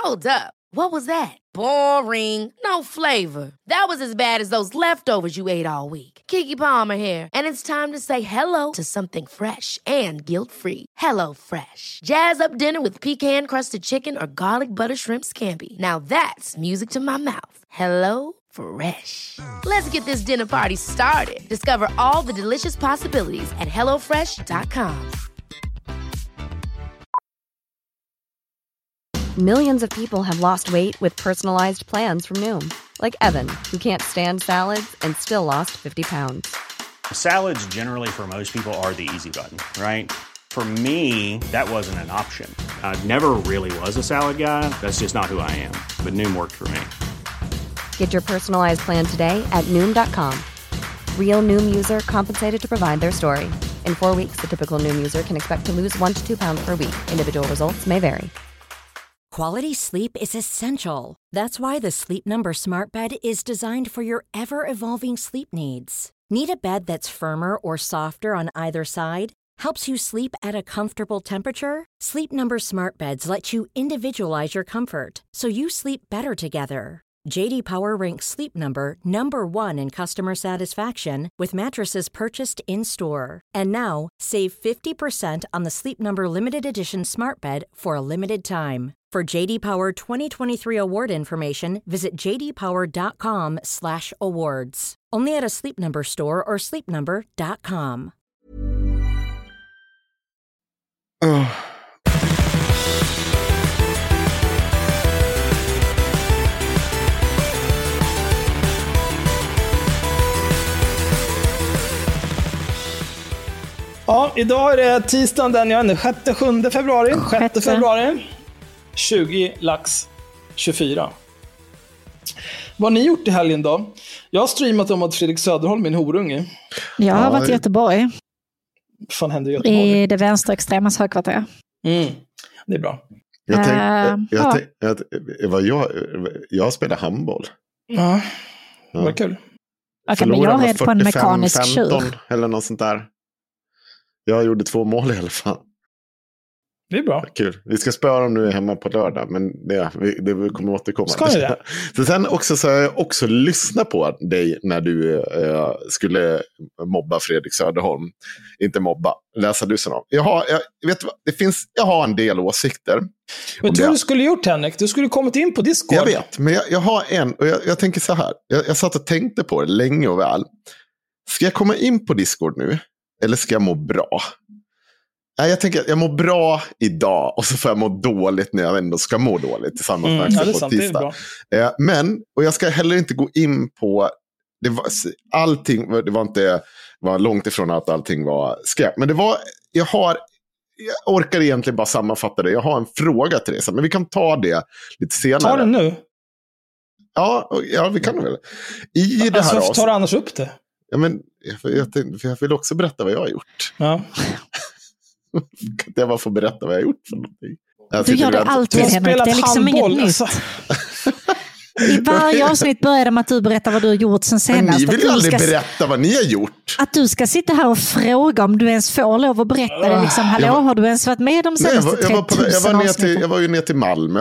Hold up. What was that? Boring. No flavor. That was as bad as those leftovers you ate all week. Keke Palmer here. And it's time to say hello to something fresh and guilt-free. Hello Fresh. Jazz up dinner with pecan-crusted chicken or garlic butter shrimp scampi. Now that's music to my mouth. Hello Fresh. Let's get this dinner party started. Discover all the delicious possibilities at hellofresh.com. Millions of people have lost weight with personalized plans from Noom. Like Evan, who can't stand salads and still lost 50 pounds. Salads generally for most people are the easy button, right? For me, that wasn't an option. I never really was a salad guy. That's just not who I am. But Noom worked for me. Get your personalized plan today at Noom.com. Real Noom user compensated to provide their story. In 4 weeks, the typical Noom user can expect to lose 1 to 2 pounds per week. Individual results may vary. Quality sleep is essential. That's why the Sleep Number Smart Bed is designed for your ever-evolving sleep needs. Need a bed that's firmer or softer on either side? Helps you sleep at a comfortable temperature? Sleep Number Smart Beds let you individualize your comfort, so you sleep better together. J.D. Power ranks Sleep Number number 1 in customer satisfaction with mattresses purchased in-store. And now, save 50% on the Sleep Number Limited Edition Smart Bed for a limited time. For J.D. Power 2023 award information, visit jdpower.com/awards. Only at a Sleep Number store or sleepnumber.com. Ja, idag är det tisdagen den 6-7 februari. 6 februari. 20 lax 24. Vad har ni gjort i helgen då? Jag har streamat om att Fredrik Söderholm är en horunge. Jag har varit i Göteborg. Vad fan hände i Göteborg? I det vänsterextremas högkvarter. Det är bra. Jag spelar handboll. Ja, det var kul. Okej, men jag är på en mekanisk tjur. Eller något sånt där. Jag gjorde 2 mål i alla fall. Det är bra. Kul. Vi ska spöra dem nu hemma på lördag. Men det kommer återkomma. Ska det? Så sen också så har jag också lyssnat på dig när du skulle mobba Fredrik Söderholm. Inte mobba. Läsa du sådant. Jag har en del åsikter. Men du skulle gjort, Henrik? Du skulle kommit in på Discord. Jag vet, men jag har en. Och jag tänker så här. Jag satt och tänkte på det länge och väl. Ska jag komma in på Discord nu? Eller ska jag må bra? Nej, jag tänker att jag mår bra idag. Och så får jag må dåligt när jag ändå ska må dåligt. Tillsammans med Axel på tisdag. Men, och jag ska heller inte gå in på allting. Det var långt ifrån att allting var skräp. Men jag orkar egentligen bara sammanfatta det. Jag har en fråga till dig. Men vi kan ta det lite senare. Ta den nu. Ja, vi kan väl. I det här tar annars upp det. Ja, men jag vill också berätta vad jag har gjort. Ja. Kan jag bara få berätta vad jag har gjort för någonting? Du gör det alltid, Henrik. Det är liksom inget nytt. I varje avsnitt börjar det med att du berättar vad du har gjort sen senast. Men ni vill ju aldrig berätta vad ni har gjort. Att du ska sitta här och fråga om du ens får lov att berätta det. Liksom, har du ens varit med de senaste 3000 avsnitten? Jag var ju ner till Malmö.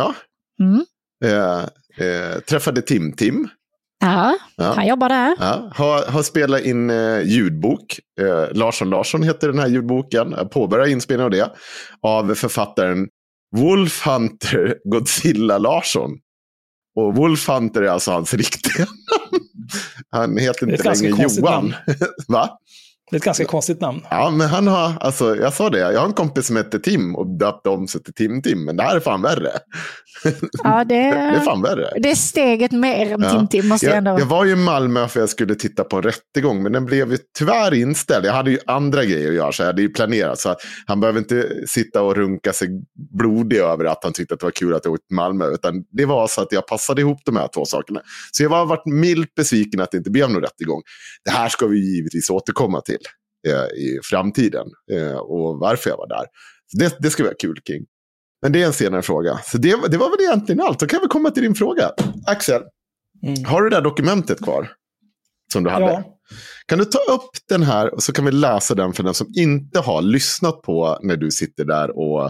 Träffade Tim. Ja, han jobbar där. Ja, har spelat in ljudbok. Larsson heter den här ljudboken. Jag påbörjar inspelningen av det. Av författaren Wolf Hunter Godzilla Larsson. Och Wolf Hunter är alltså hans riktiga namn. Han heter inte längre Johan. Va? Det är ett ganska konstigt namn. Ja, men han har, alltså jag sa det, jag har en kompis som heter Tim och döpte om sig till Tim, men det här är fan värre. Ja, det är fan värre. Det är steget mer än Tim måste jag ändå. Jag var ju i Malmö för jag skulle titta på en rättegång, men den blev ju tyvärr inställd. Jag hade ju andra grejer att göra, så jag hade ju planerat, så han behöver inte sitta och runka sig blodig över att han tyckte att det var kul att jag åkte till Malmö, utan det var så att jag passade ihop de här 2 sakerna. Så jag har varit milt besviken att det inte blev någon rättegång. Det här ska vi givetvis återkomma till i framtiden och varför jag var där. Så det ska vara kul kring. Men det är en senare fråga. Så det var väl egentligen allt. Så kan vi komma till din fråga. Axel, har du det där dokumentet kvar? Som du hade? Ja. Kan du ta upp den här och så kan vi läsa den för den som inte har lyssnat på när du sitter där och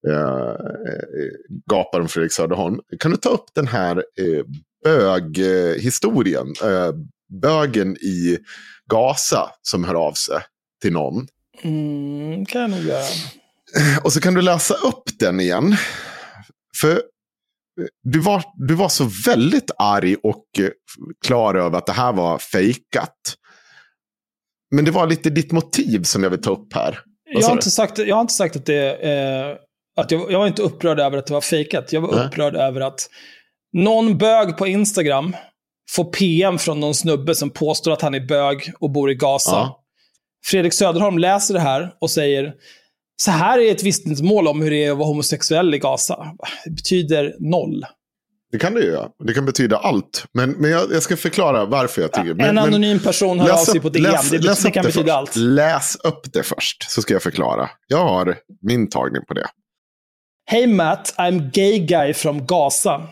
gapar om Fredrik Söderholm. Kan du ta upp den här böghistorien? Bögen i Gaza som hör av sig till någon. Kan jag nog göra. Och så kan du läsa upp den igen. För du var så väldigt arg och klar över att det här var fejkat. Men det var lite ditt motiv som jag vill ta upp här. Jag har inte sagt att det att jag var inte upprörd över att det var fejkat. Jag var upprörd över att någon bög på Instagram får PM från någon snubbe som påstår att han är bög och bor i Gaza. Ja. Fredrik Söderholm läser det här och säger: så här är ett vittnesmål om hur det är att vara homosexuell i Gaza. Det betyder 0. Det kan det ju göra. Det kan betyda allt. Men jag ska förklara varför jag tycker. En anonym person hör av sig på DM. Det kan betyda allt. Läs upp det först, så ska jag förklara. Jag har min tagning på det. Hey Matt, I'm gay guy from Gaza.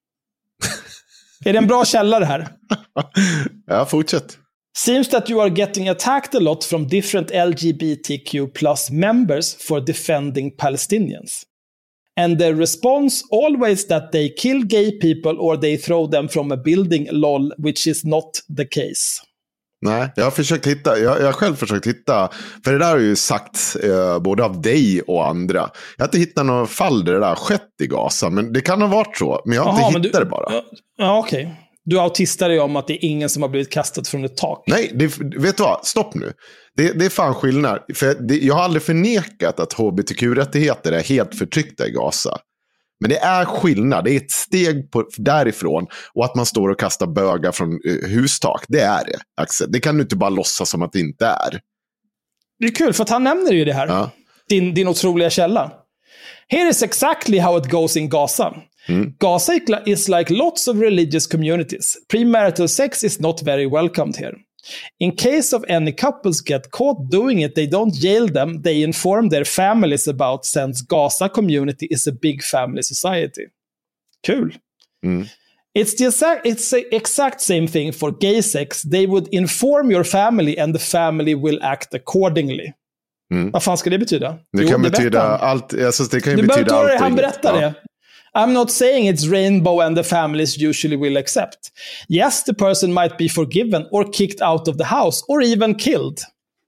Är det en bra källa det här? Ja, fortsätt. Seems that you are getting attacked a lot from different LGBTQ plus members for defending Palestinians. And the response always that they kill gay people or they throw them from a building, lol, which is not the case. Nej, jag har försökt hitta, jag har själv försökt hitta, för det där har ju sagt både av dig och andra. Jag har inte hittat några fall där det där skett i Gaza, men det kan ha varit så, men jag har inte hittat det bara. Ja, okej. Du autistar dig om att det är ingen som har blivit kastad från ett tak. Nej, vet du vad? Stopp nu. Det är fan skillnad. För jag har aldrig förnekat att hbtq-rättigheter är helt förtryckta i Gaza. Men det är skillnad. Det är ett steg därifrån. Och att man står och kastar bögar från hustak. Det är det, Axel. Det kan du inte bara låtsas som att det inte är. Det är kul, för att han nämner ju det här. Ja. Din otroliga källa. Here is exactly how it goes in Gaza. Gaza is like lots of religious communities. Premarital sex is not very welcomed here. In case of any couples get caught doing it, they don't jail them. They inform their families about, since Gaza community is a big family society. Kul. It's the exact same thing for gay sex. They would inform your family and the family will act accordingly. Vad fan ska det betyda? Det kan betyda allt. Alltså, det kan ju du betyda allt. Han berättar det. I'm not saying it's rainbow and the families usually will accept. Yes, the person might be forgiven or kicked out of the house or even killed.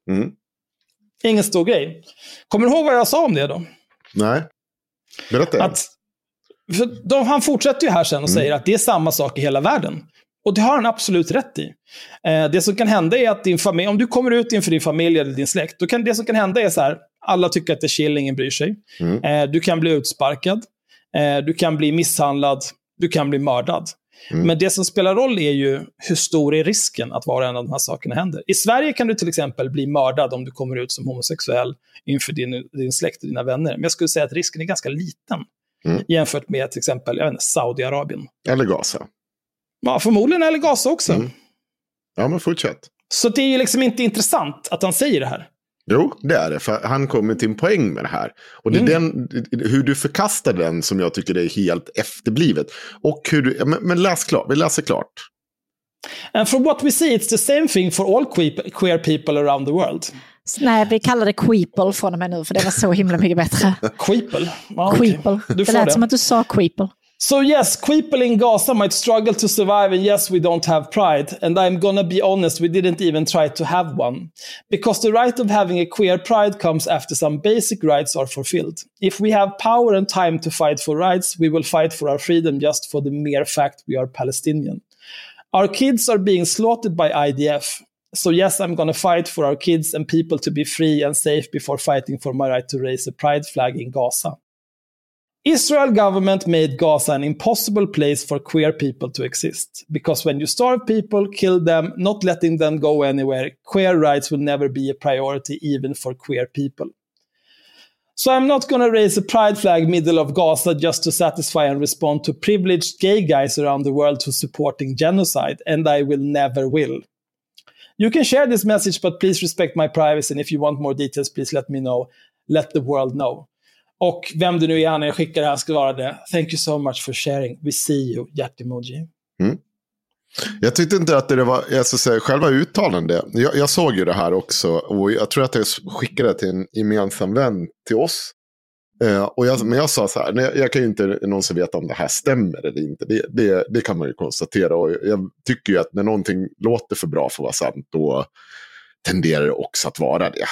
Ingen stor grej. Kommer du ihåg vad jag sa om det då? Nej. Berätta. Han fortsätter ju här sen och säger att det är samma sak i hela världen. Och det har han absolut rätt i. Det som kan hända är att din familj, om du kommer ut inför din familj eller din släkt, det som kan hända är så här: alla tycker att det är chill, ingen bryr sig. Du kan bli utsparkad. Du kan bli misshandlad, du kan bli mördad. Men det som spelar roll är ju hur stor är risken att vara en av de här sakerna händer. I Sverige kan du till exempel bli mördad om du kommer ut som homosexuell inför din släkt och dina vänner. Men jag skulle säga att risken är ganska liten jämfört med till exempel Saudiarabien. Eller Gaza. Ja, förmodligen eller Gaza också. Ja, men fortsätt. Så det är ju liksom inte intressant att han säger det här. Jo, det är det. För han kommer till en poäng med det här. Och det är hur du förkastar den som jag tycker är helt efterblivet. Och hur du... Men läs klart. Vi läser klart. And from what we see, it's the same thing for all queer people around the world. Nej, vi kallar det queeple från och med nu, för det var så himla mycket bättre. Queeple? Ah, queeple. Okay. Det lät som att du sa queeple. So yes, people in Gaza might struggle to survive, and yes, we don't have pride. And I'm gonna be honest, we didn't even try to have one. Because the right of having a queer pride comes after some basic rights are fulfilled. If we have power and time to fight for rights, we will fight for our freedom just for the mere fact we are Palestinian. Our kids are being slaughtered by IDF. So yes, I'm gonna fight for our kids and people to be free and safe before fighting for my right to raise a pride flag in Gaza. Israel government made Gaza an impossible place for queer people to exist. Because when you starve people, kill them, not letting them go anywhere, queer rights will never be a priority even for queer people. So I'm not going to raise a pride flag middle of Gaza just to satisfy and respond to privileged gay guys around the world who are supporting genocide, and I will never will. You can share this message, but please respect my privacy, and if you want more details, please let me know. Let the world know. Och vem det nu är när jag skickar det här ska vara det. Thank you so much for sharing. We see you. Hjärtemoji. Jag tyckte inte att det var, jag ska säga, själva uttalande. Jag såg ju det här också. Och jag tror att jag skickade det till en gemensam vän till oss. Men jag sa så här, jag kan ju inte någonsin veta om det här stämmer eller inte. Det kan man ju konstatera. Och jag tycker ju att när någonting låter för bra för att vara sant, då tenderar det också att vara det.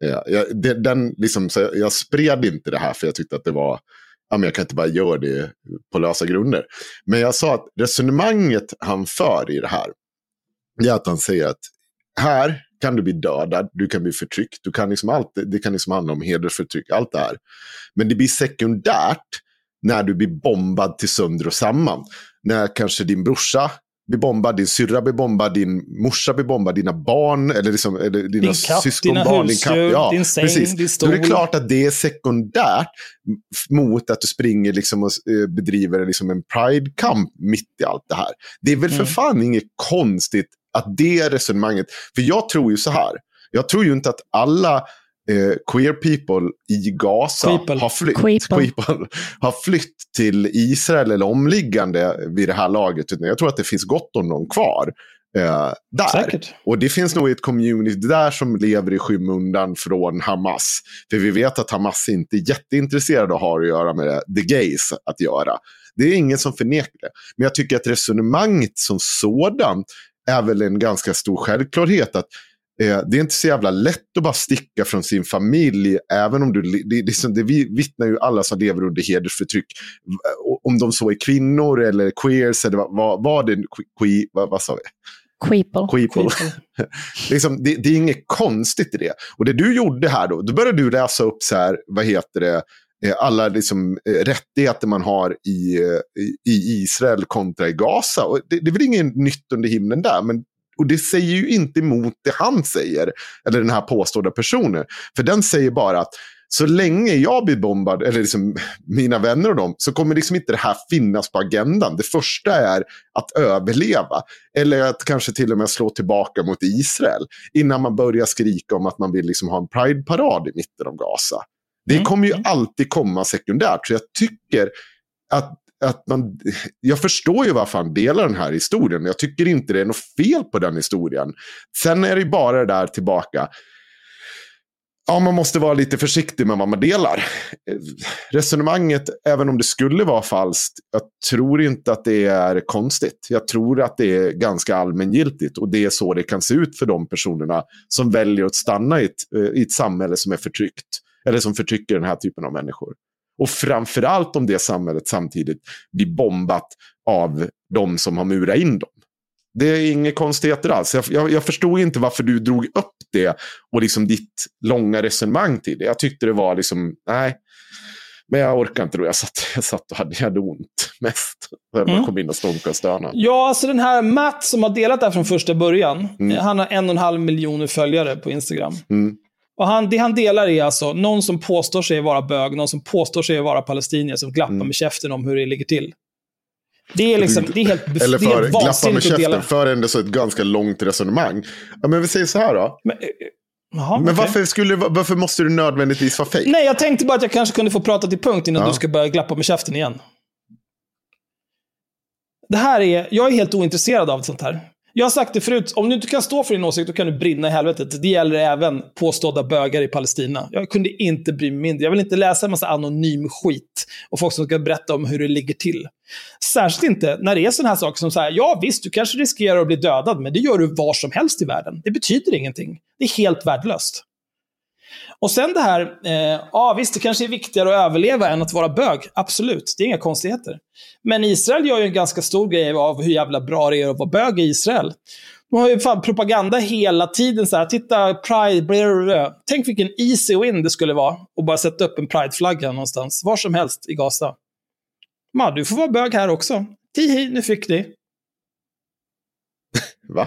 Jag spred inte det här för jag tyckte att det var, jag kan inte bara göra det på lösa grunder. Men jag sa att resonemanget han för i det här är att han säger att här kan du bli dödad, du kan bli förtryckt, du kan liksom det kan liksom handla om hedersförtryck, allt det här. Men det blir sekundärt när du blir bombad till sönder och samman. När kanske din brorsa blir bombad, din syrra blir bombad, din morsa blir bombad, dina barn eller dina din katt, syskonbarn, din katt, din säng, precis. din stol. Då är det klart att det är sekundärt mot att du springer liksom och bedriver liksom en pride-kamp mitt i allt det här. Det är väl för fan inget konstigt att det resonemanget, för jag tror ju så här, jag tror ju inte att alla queer people i Gaza har flytt till Israel eller omliggande vid det här laget, utan jag tror att det finns gott om dem kvar där. Säkert. Och det finns nog ett community där som lever i skymundan från Hamas, för vi vet att Hamas inte är jätteintresserade och har att göra med the gays att göra. Det är ingen som förnekar det, men jag tycker att resonemanget som sådant är väl en ganska stor självklarhet att det är inte så jävla lätt att bara sticka från sin familj, även om det vittnar ju alla som lever under hedersförtryck, om de så är kvinnor eller queers eller vad sa vi? Queeple. Liksom, det är inget konstigt i det. Och det du gjorde här då började du läsa upp så här, alla liksom, rättigheter man har i Israel kontra i Gaza. Och det är väl ingen nytt under himlen där, och det säger ju inte emot det han säger, eller den här påstådda personen. För den säger bara att så länge jag blir bombad, eller liksom mina vänner och dem, så kommer liksom inte det här finnas på agendan. Det första är att överleva, eller att kanske till och med slå tillbaka mot Israel, innan man börjar skrika om att man vill liksom ha en pride-parad i mitten av Gaza. Det kommer ju alltid komma sekundärt. Så jag tycker att jag förstår ju varför han delar den här historien. Jag tycker inte det är något fel på den historien. Sen är det ju bara det där tillbaka. Ja, man måste vara lite försiktig med vad man delar. Resonemanget, även om det skulle vara falskt, jag tror inte att det är konstigt. Jag tror att det är ganska allmängiltigt, och det är så det kan se ut för de personerna som väljer att stanna i ett samhälle som är förtryckt, eller som förtrycker den här typen av människor. Och framförallt om det samhället samtidigt blir bombat av de som har murat in dem. Det är inga konstigheter alls. Jag förstod inte varför du drog upp det och liksom ditt långa resonemang till det. Jag tyckte det var liksom, nej. Men jag orkar inte då. Jag satt och hade ont mest. Jag kom in och stånka och stöna. Ja, alltså den här Matt som har delat det här från första början. Han har 1,5 miljoner följare på Instagram. Och det han delar är alltså någon som påstår sig vara bög, någon som påstår sig vara palestinier, som glappar med käften om hur det ligger till. Det är liksom, det är helt, eller för helt glappa med käften, för ändå så ett ganska långt resonemang. Ja, men vi säger så här då. Men varför måste du nödvändigtvis vara fake? Nej, jag tänkte bara att jag kanske kunde få prata till punkt innan du ska börja glappa med käften igen. Jag är helt ointresserad av sånt här. Jag har sagt det förut, om du inte kan stå för din åsikt, då kan du brinna i helvetet. Det gäller även påstådda bögar i Palestina. Jag kunde inte bry mig mindre. Jag vill inte läsa en massa anonym skit och folk som ska berätta om hur det ligger till. Särskilt inte när det är sådana här saker som säger, ja visst, du kanske riskerar att bli dödad, men det gör du var som helst i världen. Det betyder ingenting. Det är helt värdelöst. Och sen det här, visst, det kanske är viktigare att överleva än att vara bög. Absolut, det är inga konstigheter. Men Israel gör ju en ganska stor grej av hur jävla bra det är att vara bög i Israel. De har ju fan propaganda hela tiden så här, titta, Pride, blablabla. Tänk vilken easy win det skulle vara att bara sätta upp en Pride-flagga någonstans, var som helst i Gaza. Du får vara bög här också. Tihi, nu fick ni. Va?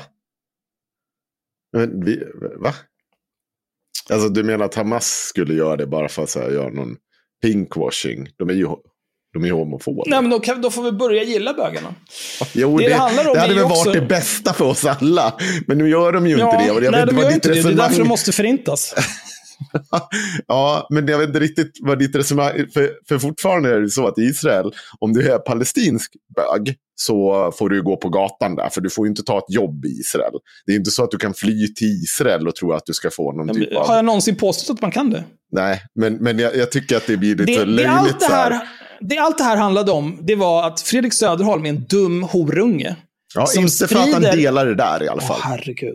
Va? Alltså du menar att Hamas skulle göra det bara för att göra någon pinkwashing? De är ju homofober. Nej, men då får vi börja gilla bögarna. Jo, det hade väl varit det bästa för oss alla. Men nu gör de ju inte det. Och jag vet inte vad ditt resonemang... Det är därför de måste förintas. Ja, men jag vet inte riktigt vad ditt resonemang... För fortfarande är det så att i Israel, om du är palestinsk bög, så får du gå på gatan där. För du får ju inte ta ett jobb i Israel. Det är inte så att du kan fly till Israel och tro att du ska få någon typ av... Har jag någonsin påstått att man kan det? Nej, men jag tycker att det blir lite löjligt så här. Allt det här handlade om, det var att Fredrik Söderholm är en dum horunge. Ja, inte för att han delar det där i alla fall. Herregud.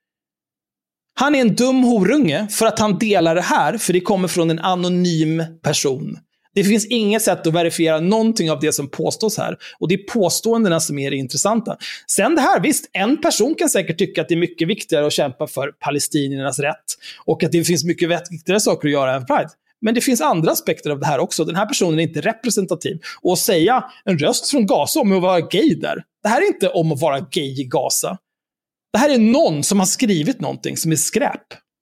Han är en dum horunge för att han delar det här, för det kommer från en anonym person. Det finns inget sätt att verifiera någonting av det som påstås här. Och det är påståendena som är det intressanta. Sen det här, visst, en person kan säkert tycka att det är mycket viktigare att kämpa för palestiniernas rätt. Och att det finns mycket viktigare saker att göra än Pride. Men det finns andra aspekter av det här också. Den här personen är inte representativ. Och att säga en röst från Gaza om att vara gay där. Det här är inte om att vara gay i Gaza. Det här är någon som har skrivit någonting som är skräp.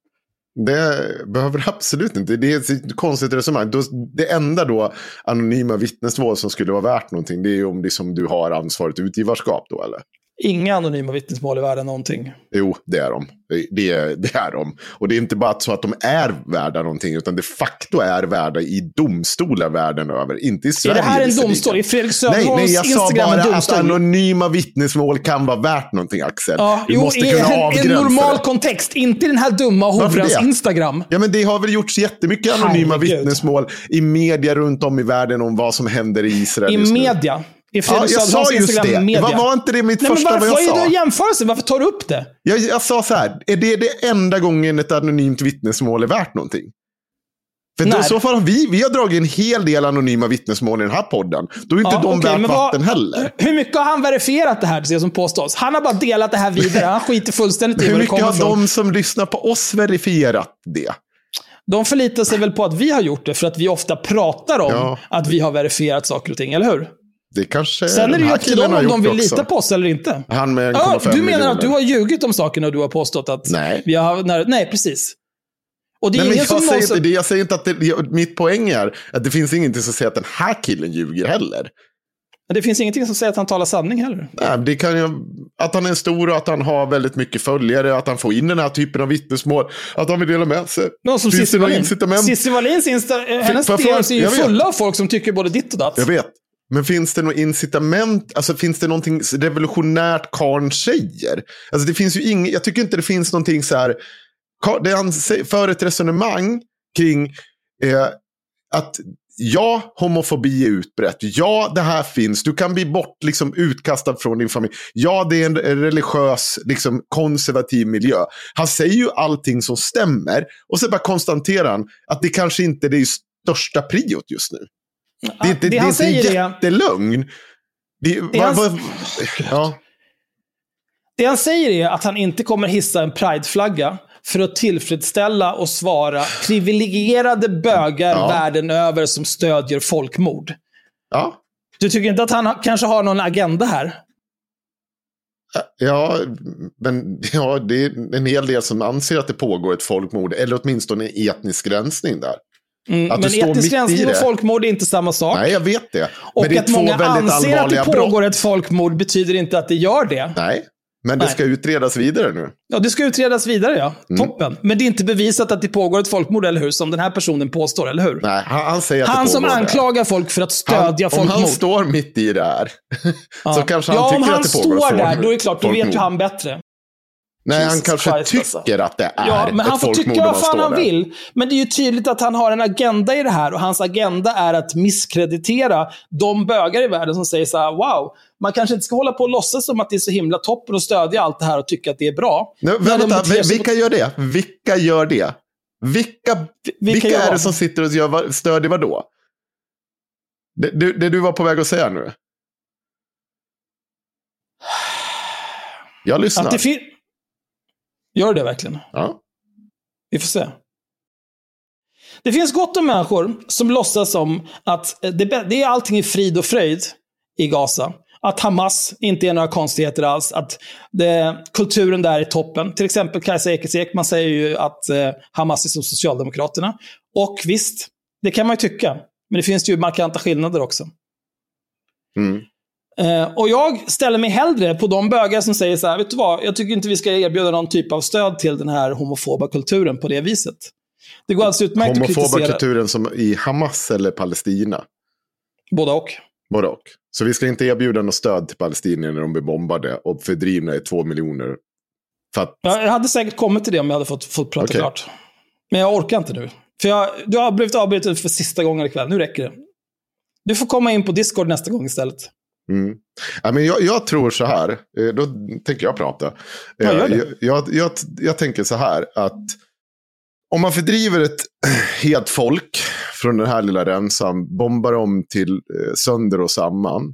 Det behöver absolut inte. Det är ett konstigt resonemang. Det enda då anonyma vittnesmål som skulle vara värt någonting, det är ju om det som du har ansvaret utgivarskap då, eller? Inga anonyma vittnesmål är värda någonting. Jo, det är de. Det är de. Och det är inte bara så att de är värda någonting, utan de facto är värda i domstolar världen över. Inte i Sverige. Är det här en domstol? I Fredrik Söderholms Nej, jag sa bara att anonyma vittnesmål kan vara värt någonting, Axel. Ja, du måste kunna avgränsa en normal kontext. Inte i den här dumma hovrans Instagram. Ja, men det har väl gjorts jättemycket anonyma vittnesmål i media runt om i världen om vad som händer i Israel just nu. I media. Jag sa just det. Var inte det mitt första vad jag sa? Vad är det jämförelse? Varför tar du upp det? Jag sa så här. Är det enda gången ett anonymt vittnesmål är värt någonting? För då, så fall har vi har dragit en hel del anonyma vittnesmål i den här podden. Då är inte de värt vatten heller. Hur mycket har han verifierat det här, det som påstås? Han har bara delat det här vidare. Han skiter fullständigt i vad det kommer från. Hur mycket har från. de som lyssnar på oss verifierat det? De förlitar sig väl på att vi har gjort det, för att vi ofta pratar om att vi har verifierat saker och ting, eller hur? Det kanske sen är det ju upp till dem om de vill lita på oss eller inte. Han med 1,5 du menar miljoner. Att du har ljugit om sakerna och du har påstått att vi har... Nej, precis. Och det är ingen som jag säger inte att mitt poäng är att det finns ingenting som säger att den här killen ljuger heller. Det finns ingenting som säger att han talar sanning heller. Nej, det kan ju, att han är stor och att han har väldigt mycket följare, att han får in den här typen av vittnesmål, att han vill dela med sig. Någon som Cissi Wallins hennes DMs är ju fulla av folk som tycker både ditt och datt. Jag vet. Men finns det något incitament, alltså finns det någonting revolutionärt Karn säger? Alltså det finns ju inget, jag tycker inte det finns någonting så här, det han för ett resonemang kring att homofobi är utbrett. Ja, det här finns. Du kan bli utkastad från din familj. Ja, det är en religiös, konservativ miljö. Han säger ju allting som stämmer. Och så bara konstaterar han att det kanske inte är det största priot just nu. Det är inte jättelugn. Det han säger är att han inte kommer hissa en prideflagga för att tillfredsställa och svara privilegierade bögar världen över som stödjer folkmord. Ja. Du tycker inte att han kanske har någon agenda här? Ja, men det är en hel del som anser att det pågår ett folkmord, eller åtminstone en etnisk rensning där. Men etnisk rensning och folkmord är inte samma sak. Nej, jag vet det. Och men det är att många anser att det pågår ett folkmord betyder inte att det gör det. Nej. Men det ska utredas vidare nu. Ja, det ska utredas vidare, ja. Toppen. Men det är inte bevisat att det pågår ett folkmord, eller hur? Som den här personen påstår, eller hur? Nej, han säger att han det som anklagar folk för att stödja folkmord. Om han står mitt i det här så kanske han tycker att det pågår ett folkmord. Ja, om han står där, då är det klart, då vet ju han bättre. Nej, han kanske tycker att det är men han får tycka vad fan han vill. Men det är ju tydligt att han har en agenda i det här. Och hans agenda är att misskreditera de bögar i världen som säger så här: wow, man kanske inte ska hålla på och låtsas som att det är så himla toppen och stödja allt det här och tycka att det är bra. Vilka gör det? Vilka gör det? Vilka är det som sitter och stödjer vad då? Det du var på väg att säga nu. Jag lyssnar. Gör det verkligen? Ja. Vi får se. Det finns gott om människor som låtsas som att det är allting i frid och fröjd i Gaza. Att Hamas inte är några konstigheter alls. Att kulturen där är toppen. Till exempel Kajsa Ekman säger ju att Hamas är som Socialdemokraterna. Och visst, det kan man ju tycka. Men det finns ju markanta skillnader också. Och jag ställer mig hellre på de bögar som säger så här: vet du vad, jag tycker inte vi ska erbjuda någon typ av stöd till den här homofoba kulturen på det viset. Det går alltså utmärkt att kritisera. Homofoba kulturen som i Hamas eller Palestina? Båda och. Så vi ska inte erbjuda något stöd till palestinier när de blir bombade och fördrivna i 2 miljoner. För att... Jag hade säkert kommit till det om jag hade fått prata klart. Men jag orkar inte nu. För du har blivit avbruten för sista gången ikväll. Nu räcker det. Du får komma in på Discord nästa gång istället. Ja, men jag tror så här. Då tänker jag prata. Jag tänker så här att om man fördriver ett helt folk från den här lilla rensan, bombar dem till sönder och samman,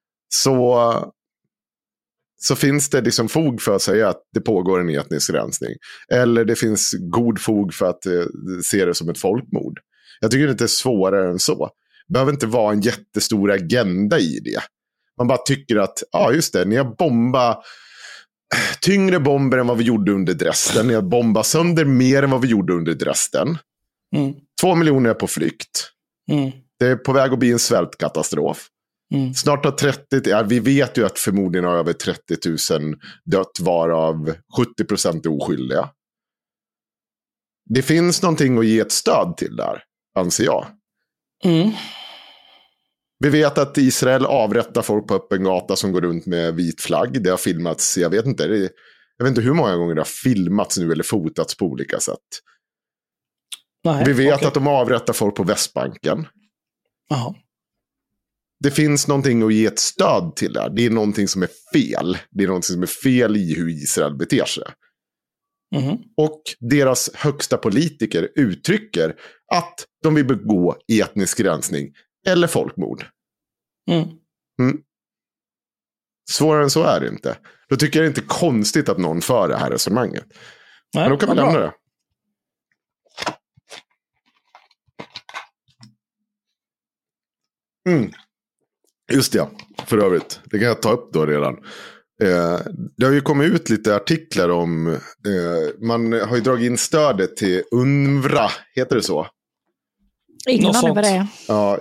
så finns det liksom fog för att säga att det pågår en etnisk rensning. Eller det finns god fog för att se det som ett folkmord. Jag tycker det inte är svårare än så. Det behöver inte vara en jättestor agenda i det. Man bara tycker att, just det, ni har bombat tyngre bomber än vad vi gjorde under Dresden. Ni har bombat sönder mer än vad vi gjorde under Dresden. 2 miljoner är på flykt. Det är på väg att bli en svältkatastrof. Snart har vi vet ju att förmodligen har över 30 000 dött, varav 70% är oskyldiga. Det finns någonting att ge ett stöd till där, anser jag. Vi vet att Israel avrättar folk på öppen gata som går runt med vit flagg. Det har filmats, jag vet inte hur många gånger det har filmats nu eller fotats på olika sätt. Vi vet att de avrättar folk på Västbanken. Aha. Det finns någonting att ge ett stöd till där. Det är någonting som är fel. Det är någonting som är fel i hur Israel beter sig. Och deras högsta politiker uttrycker att de vill begå etnisk rensning eller folkmord. Svårare än så är det inte. Då tycker jag det är inte konstigt att någon för det här resonemanget. Men då kan vi lämna det. Just det, för övrigt. Det kan jag ta upp då redan. Det har ju kommit ut lite artiklar om man har ju dragit in stödet till UNRWA, heter det så? Ingen aning vad det är. Ja,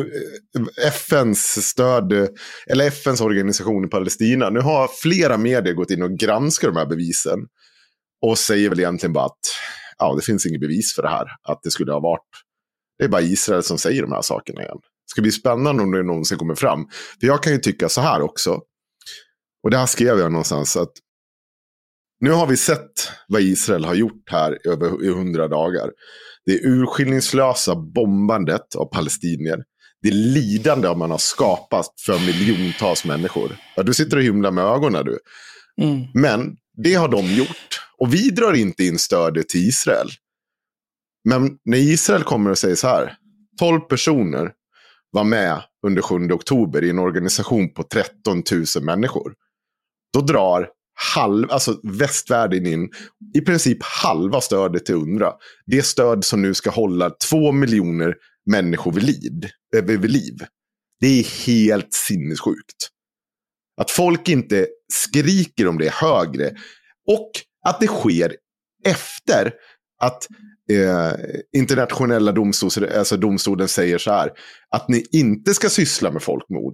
FNs stöd, eller FNs organisation i Palestina. Nu har flera medier gått in och granskat de här bevisen och säger väl egentligen bara att det finns inget bevis för det här, att det skulle ha varit. Det är bara Israel som säger de här sakerna igen. Det ska bli spännande om det någonsin kommer fram. För jag kan ju tycka så här också. Och det här skrev jag någonstans att nu har vi sett vad Israel har gjort här i 100 dagar. Det är urskillningslösa bombandet av palestinier. Det är lidande man har skapat för miljontals människor. Ja, du sitter och hymlar med ögonen du. Men det har de gjort. Och vi drar inte in stödet till Israel. Men när Israel kommer och säger så här: 12 personer var med under 7 oktober i en organisation på 13 000 människor. Då drar västvärlden in i princip halva stödet till UNRWA. Det stöd som nu ska hålla 2 miljoner människor vid liv. Det är helt sinnessjukt. Att folk inte skriker om det högre. Och att det sker efter att internationella domstolen säger så här: att ni inte ska syssla med folkmord.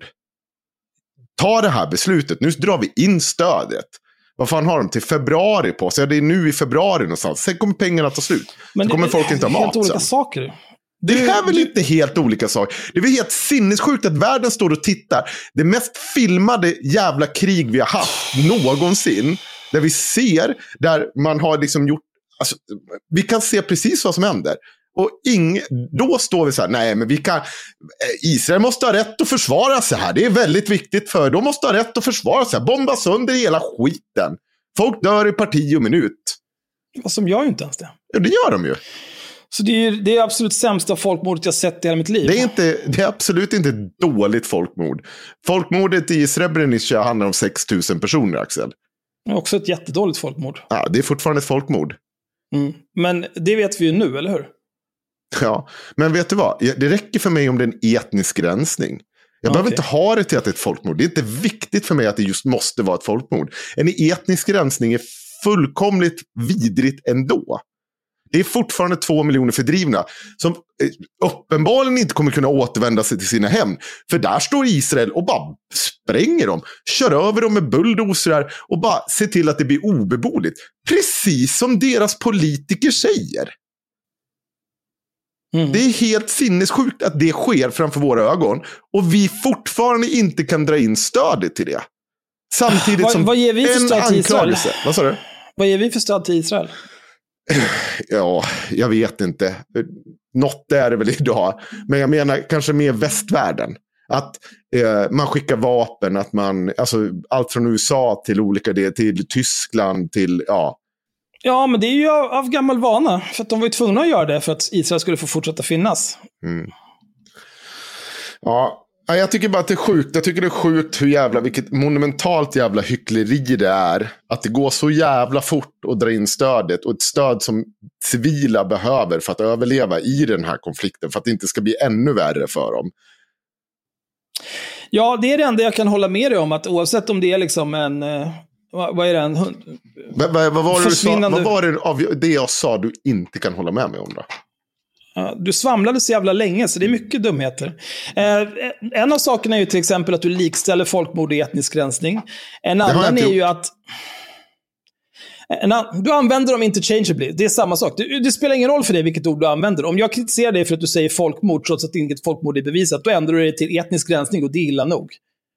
Ta det här beslutet. Nu drar vi in stödet. Vad fan har de till februari på sig? Ja, det är nu i februari någonstans. Sen kommer pengarna ta slut. Men kommer folk inte ha mat. Helt olika saker. Det är väl inte helt olika saker. Det är väl helt sinnessjukt att världen står och tittar. Det mest filmade jävla krig vi har haft någonsin. Där vi ser, där man har liksom gjort, alltså, vi kan se precis vad som händer. Och då står vi så här: nej, men Israel måste ha rätt att försvara sig här. Det är väldigt viktigt, för de måste ha rätt att försvara sig. Bomba sönder hela skiten. Folk dör i parti och minut. Vad som gör ju inte ens det. Ja, det gör de ju. Så det är absolut sämsta folkmordet jag sett i hela mitt liv. Det är absolut inte ett dåligt folkmord. Folkmordet i Srebrenica handlar om 6 000 personer, Axel. Det är också ett jättedåligt folkmord. Ja, det är fortfarande ett folkmord. Men det vet vi ju nu, eller hur? Ja, men vet du vad? Det räcker för mig om det är en etnisk rensning. Jag behöver inte ha det till att det är ett folkmord. Det är inte viktigt för mig att det just måste vara ett folkmord. En etnisk rensning är fullkomligt vidrigt ändå. Det är fortfarande 2 miljoner fördrivna som uppenbarligen inte kommer kunna återvända sig till sina hem. För där står Israel och bara spränger dem. Kör över dem med bulldozrar och bara ser till att det blir obeboeligt. Precis som deras politiker säger. Det är helt sinnessjukt att det sker framför våra ögon. Och vi fortfarande inte kan dra in stödet till det. Samtidigt som vad ger vi för stöd till Israel? Vad sa du? Vad ger vi för stöd till Israel? Ja, jag vet inte. Något är det väl idag. Men jag menar kanske mer västvärlden. Att man skickar vapen, att man, alltså allt från USA till olika delar, till Tyskland till, ja. Ja, men det är ju av gammal vana. För att de var ju tvungna att göra det för att Israel skulle få fortsätta finnas. Mm. Ja, jag tycker bara att det är sjukt. Jag tycker det är sjukt vilket monumentalt jävla hyckleri det är. Att det går så jävla fort att dra in stödet. Och ett stöd som civila behöver för att överleva i den här konflikten. För att det inte ska bli ännu värre för dem. Ja, det är det enda jag kan hålla med dig om. Att oavsett om det är liksom en... Vad är det? Vad var det försvinnande... Vad var det av det jag sa du inte kan hålla med mig om då? Du svamlade så jävla länge, så det är mycket dumheter. En av sakerna är ju till exempel att du likställer folkmord och etnisk rensning. En annan är ju att du använder dem interchangeably. Det är samma sak. Det spelar ingen roll för dig vilket ord du använder. Om jag kritiserar dig för att du säger folkmord trots att inget folkmord är bevisat, då ändrar du det till etnisk rensning och det är illa nog.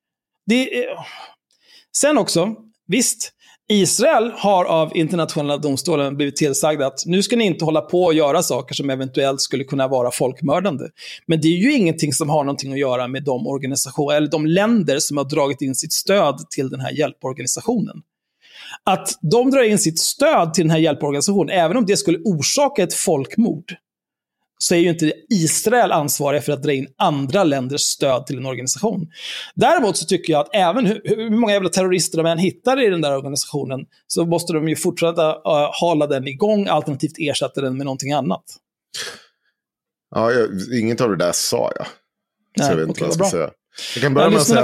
Sen också, visst, Israel har av internationella domstolen blivit tillsagd att nu ska ni inte hålla på och göra saker som eventuellt skulle kunna vara folkmördande. Men det är ju ingenting som har någonting att göra med de organisationer eller de länder som har dragit in sitt stöd till den här hjälporganisationen. Att de drar in sitt stöd till den här hjälporganisationen, även om det skulle orsaka ett folkmord, så är ju inte Israel ansvariga för att dra in andra länders stöd till en organisation. Däremot så tycker jag att även hur många jävla terrorister de än hittar i den där organisationen, så måste de ju fortsätta hålla den igång, alternativt ersätta den med någonting annat. Ja, inget av det där sa jag. Nej, så jag vet inte vad jag ska säga. Jag kan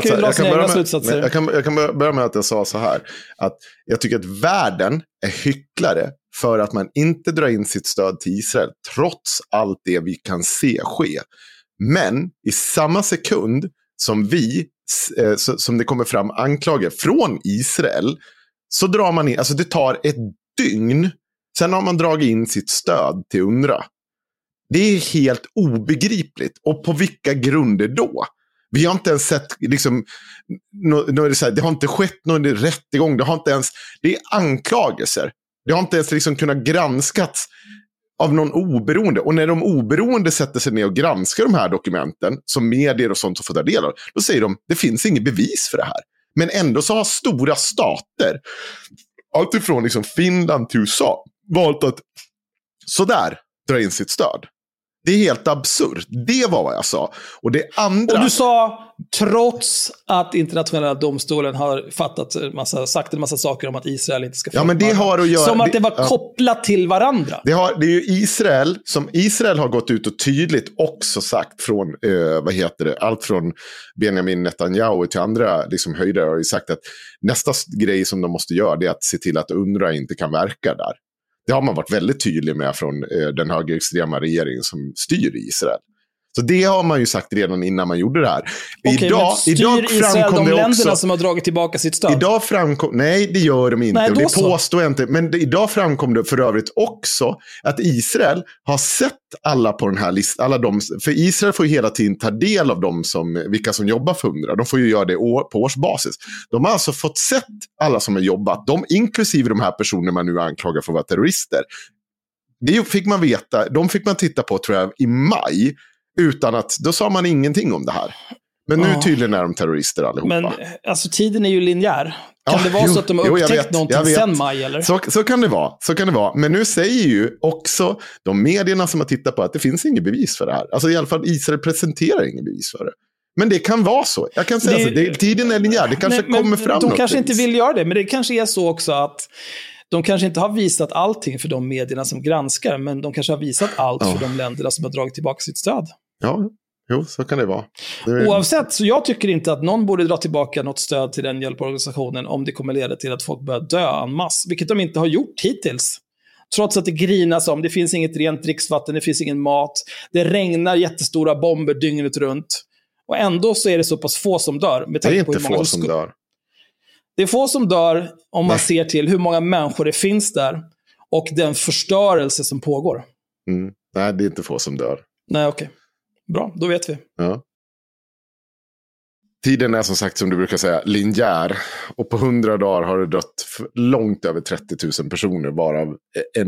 börja med att jag sa så här, att jag tycker att världen är hycklare för att man inte drar in sitt stöd till Israel trots allt det vi kan se ske. Men i samma sekund som som det kommer fram anklager från Israel, så drar man in, alltså det tar ett dygn, sen har man dragit in sitt stöd till UNRWA. Det är helt obegripligt. Och på vilka grunder då? Vi har inte ens sett, liksom, det har inte skett någon rättegång. Det är anklagelser. Det har inte ens liksom kunnat granskats av någon oberoende. Och när de oberoende sätter sig ner och granskar de här dokumenten, som medier och sånt får ta del av, då säger de, det finns inget bevis för det här. Men ändå så har stora stater, allt ifrån liksom Finland till USA, valt att sådär dra in sitt stöd. Det är helt absurt. Det var vad jag sa. Och det andra... Och du sa, trots att internationella domstolen har sagt en massa saker om att Israel inte ska... Ja, men det har att göra... Som att det var kopplat till varandra. Det är ju Israel har gått ut och tydligt också sagt från, allt från Benjamin Netanyahu till andra liksom höjdare har ju sagt att nästa grej som de måste göra är att se till att UNRWA inte kan verka där. Det har man varit väldigt tydlig med från den högerextrema regeringen som styr Israel. Så det har man ju sagt redan innan man gjorde det här. Idag Israel de länderna också, som har dragit tillbaka sitt stöd? Nej, det gör de inte. Och det påstår jag inte. Men idag framkom det för övrigt också att Israel har sett alla på den här listan. För Israel får ju hela tiden ta del av vilka som jobbar för UNRWA. De får ju göra det på årsbasis. De har alltså fått sett alla som har jobbat. Inklusive de här personerna man nu anklagar för att vara terrorister. Det fick man veta. De fick man titta på, tror jag, i maj. Utan att, då sa man ingenting om det här. Men nu tydligen är de terrorister allihopa. Men alltså tiden är ju linjär. Kan det vara så att de har upptäckt någonting sen maj eller? Så kan det vara. Men nu säger ju också de medierna som har tittat på att det finns inget bevis för det här. Alltså i alla fall Israel presenterar inget bevis för det. Men det kan vara så. Jag kan säga tiden är linjär. Det kanske kommer fram de kanske inte vill göra det. Men det kanske är så också att de kanske inte har visat allting för de medierna som granskar. Men de kanske har visat allt för de länderna som har dragit tillbaka sitt stöd. Ja, så kan det vara. Oavsett, så jag tycker inte att någon borde dra tillbaka något stöd till den hjälporganisationen om det kommer leda till att folk börjar dö en mass, vilket de inte har gjort hittills. Trots att det grinas om, det finns inget rent dricksvatten, det finns ingen mat, det regnar jättestora bomber dygnet runt. Och ändå så är det så pass få som dör. Det är inte få som dör. Det är få som dör om man ser till hur många människor det finns där och den förstörelse som pågår. Nej, det är inte få som dör. Nej, okej. Bra, då vet vi. Ja. tiden är som sagt, som du brukar säga, linjär. Och på 100 dagar har det dött långt över 30 000 personer, varav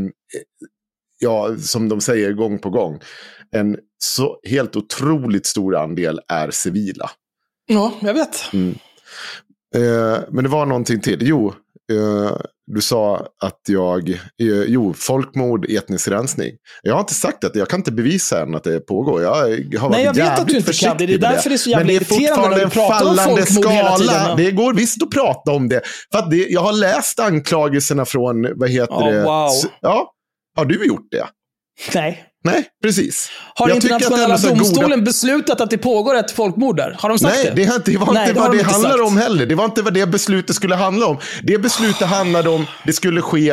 som de säger gång på gång, en så helt otroligt stor andel är civila. Ja, jag vet. Men det var någonting till. Du sa att folkmord, etnisk rensning. Jag har inte sagt att jag kan inte bevisa än att det pågår. Jag har varit jag vet att du inte kan. Det är därför det är så jävla irriterande när du pratar om folkmord hela tiden. Det går visst att prata om det. För att jag har läst anklagelserna från, Wow. Ja, har du gjort det? Nej, precis. Har internationella domstolen beslutat att det pågår ett folkmord där? Har de sagt det? Det var inte vad det handlar om heller. Det var inte vad det beslutet skulle handla om. Det beslutet handlade om, det skulle ske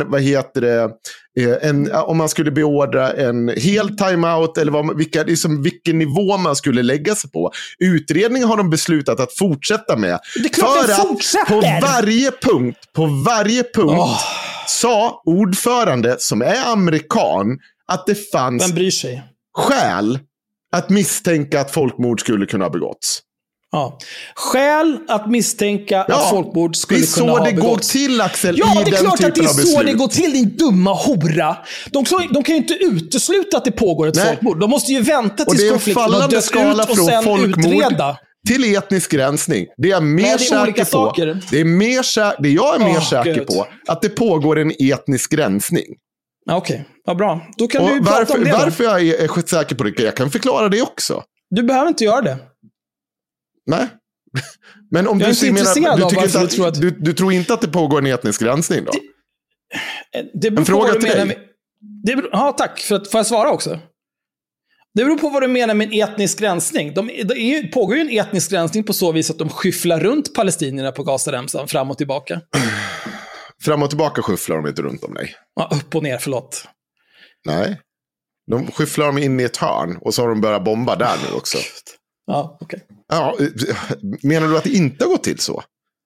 om man skulle beordra en hel timeout eller vilken nivå man skulle lägga sig på. Utredningen har de beslutat att fortsätta med. Det är klart att fortsätter. På varje punkt sa ordförande som är amerikan att det fanns skäl att misstänka att folkmord skulle kunna ha begåtts. Ja. Skäl att misstänka att folkmord skulle kunna ha begåtts. Det är så det går till, Axel. Ja, det är klart att det är så det går till, din dumma hora. De kan ju inte utesluta att det pågår ett folkmord. De måste ju vänta tills konflikten har dött ut och sen utreda. Till etnisk rensning. Det är jag mer säker på. Det jag är mer säker på att det pågår en etnisk rensning. Okej, vad bra. Då kan du prata om det. Varför jag är säker på det, jag kan förklara det också. Du behöver inte göra det. Nej. Men om du tror inte att det pågår en etnisk rensning då? Det beror på vad du menar med... tack. Får jag svara också? Det beror på vad du menar med en etnisk rensning. Det pågår ju en etnisk rensning på så vis att de skyfflar runt palestinierna på Gazaremsan fram och tillbaka. Fram och tillbaka skyfflar de inte runt om dig. Ja, upp och ner, förlåt. Nej. De skyfflar dem in i ett hörn och så har de börjat bomba där nu också. Ja, okej. Ja, menar du att det inte har gått till så?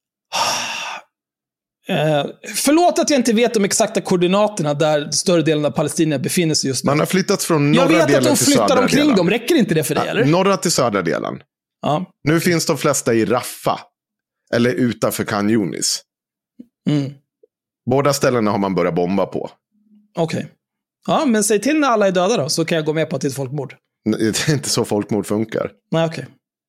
Förlåt att jag inte vet de exakta koordinaterna där större delen av Palestina befinner sig just nu. Man har flyttat från norra delen till södra delen. Jag vet att de flyttar omkring dem. Räcker inte det för dig, eller? Norra till södra delen. Ja. Nu finns de flesta i Rafah. Eller utanför Khan Yunis. Båda ställena har man börjat bomba på. Okej. Ja, men säg till när alla är döda då, så kan jag gå med på att det är ett folkmord. Det är inte så folkmord funkar. Nej, okej.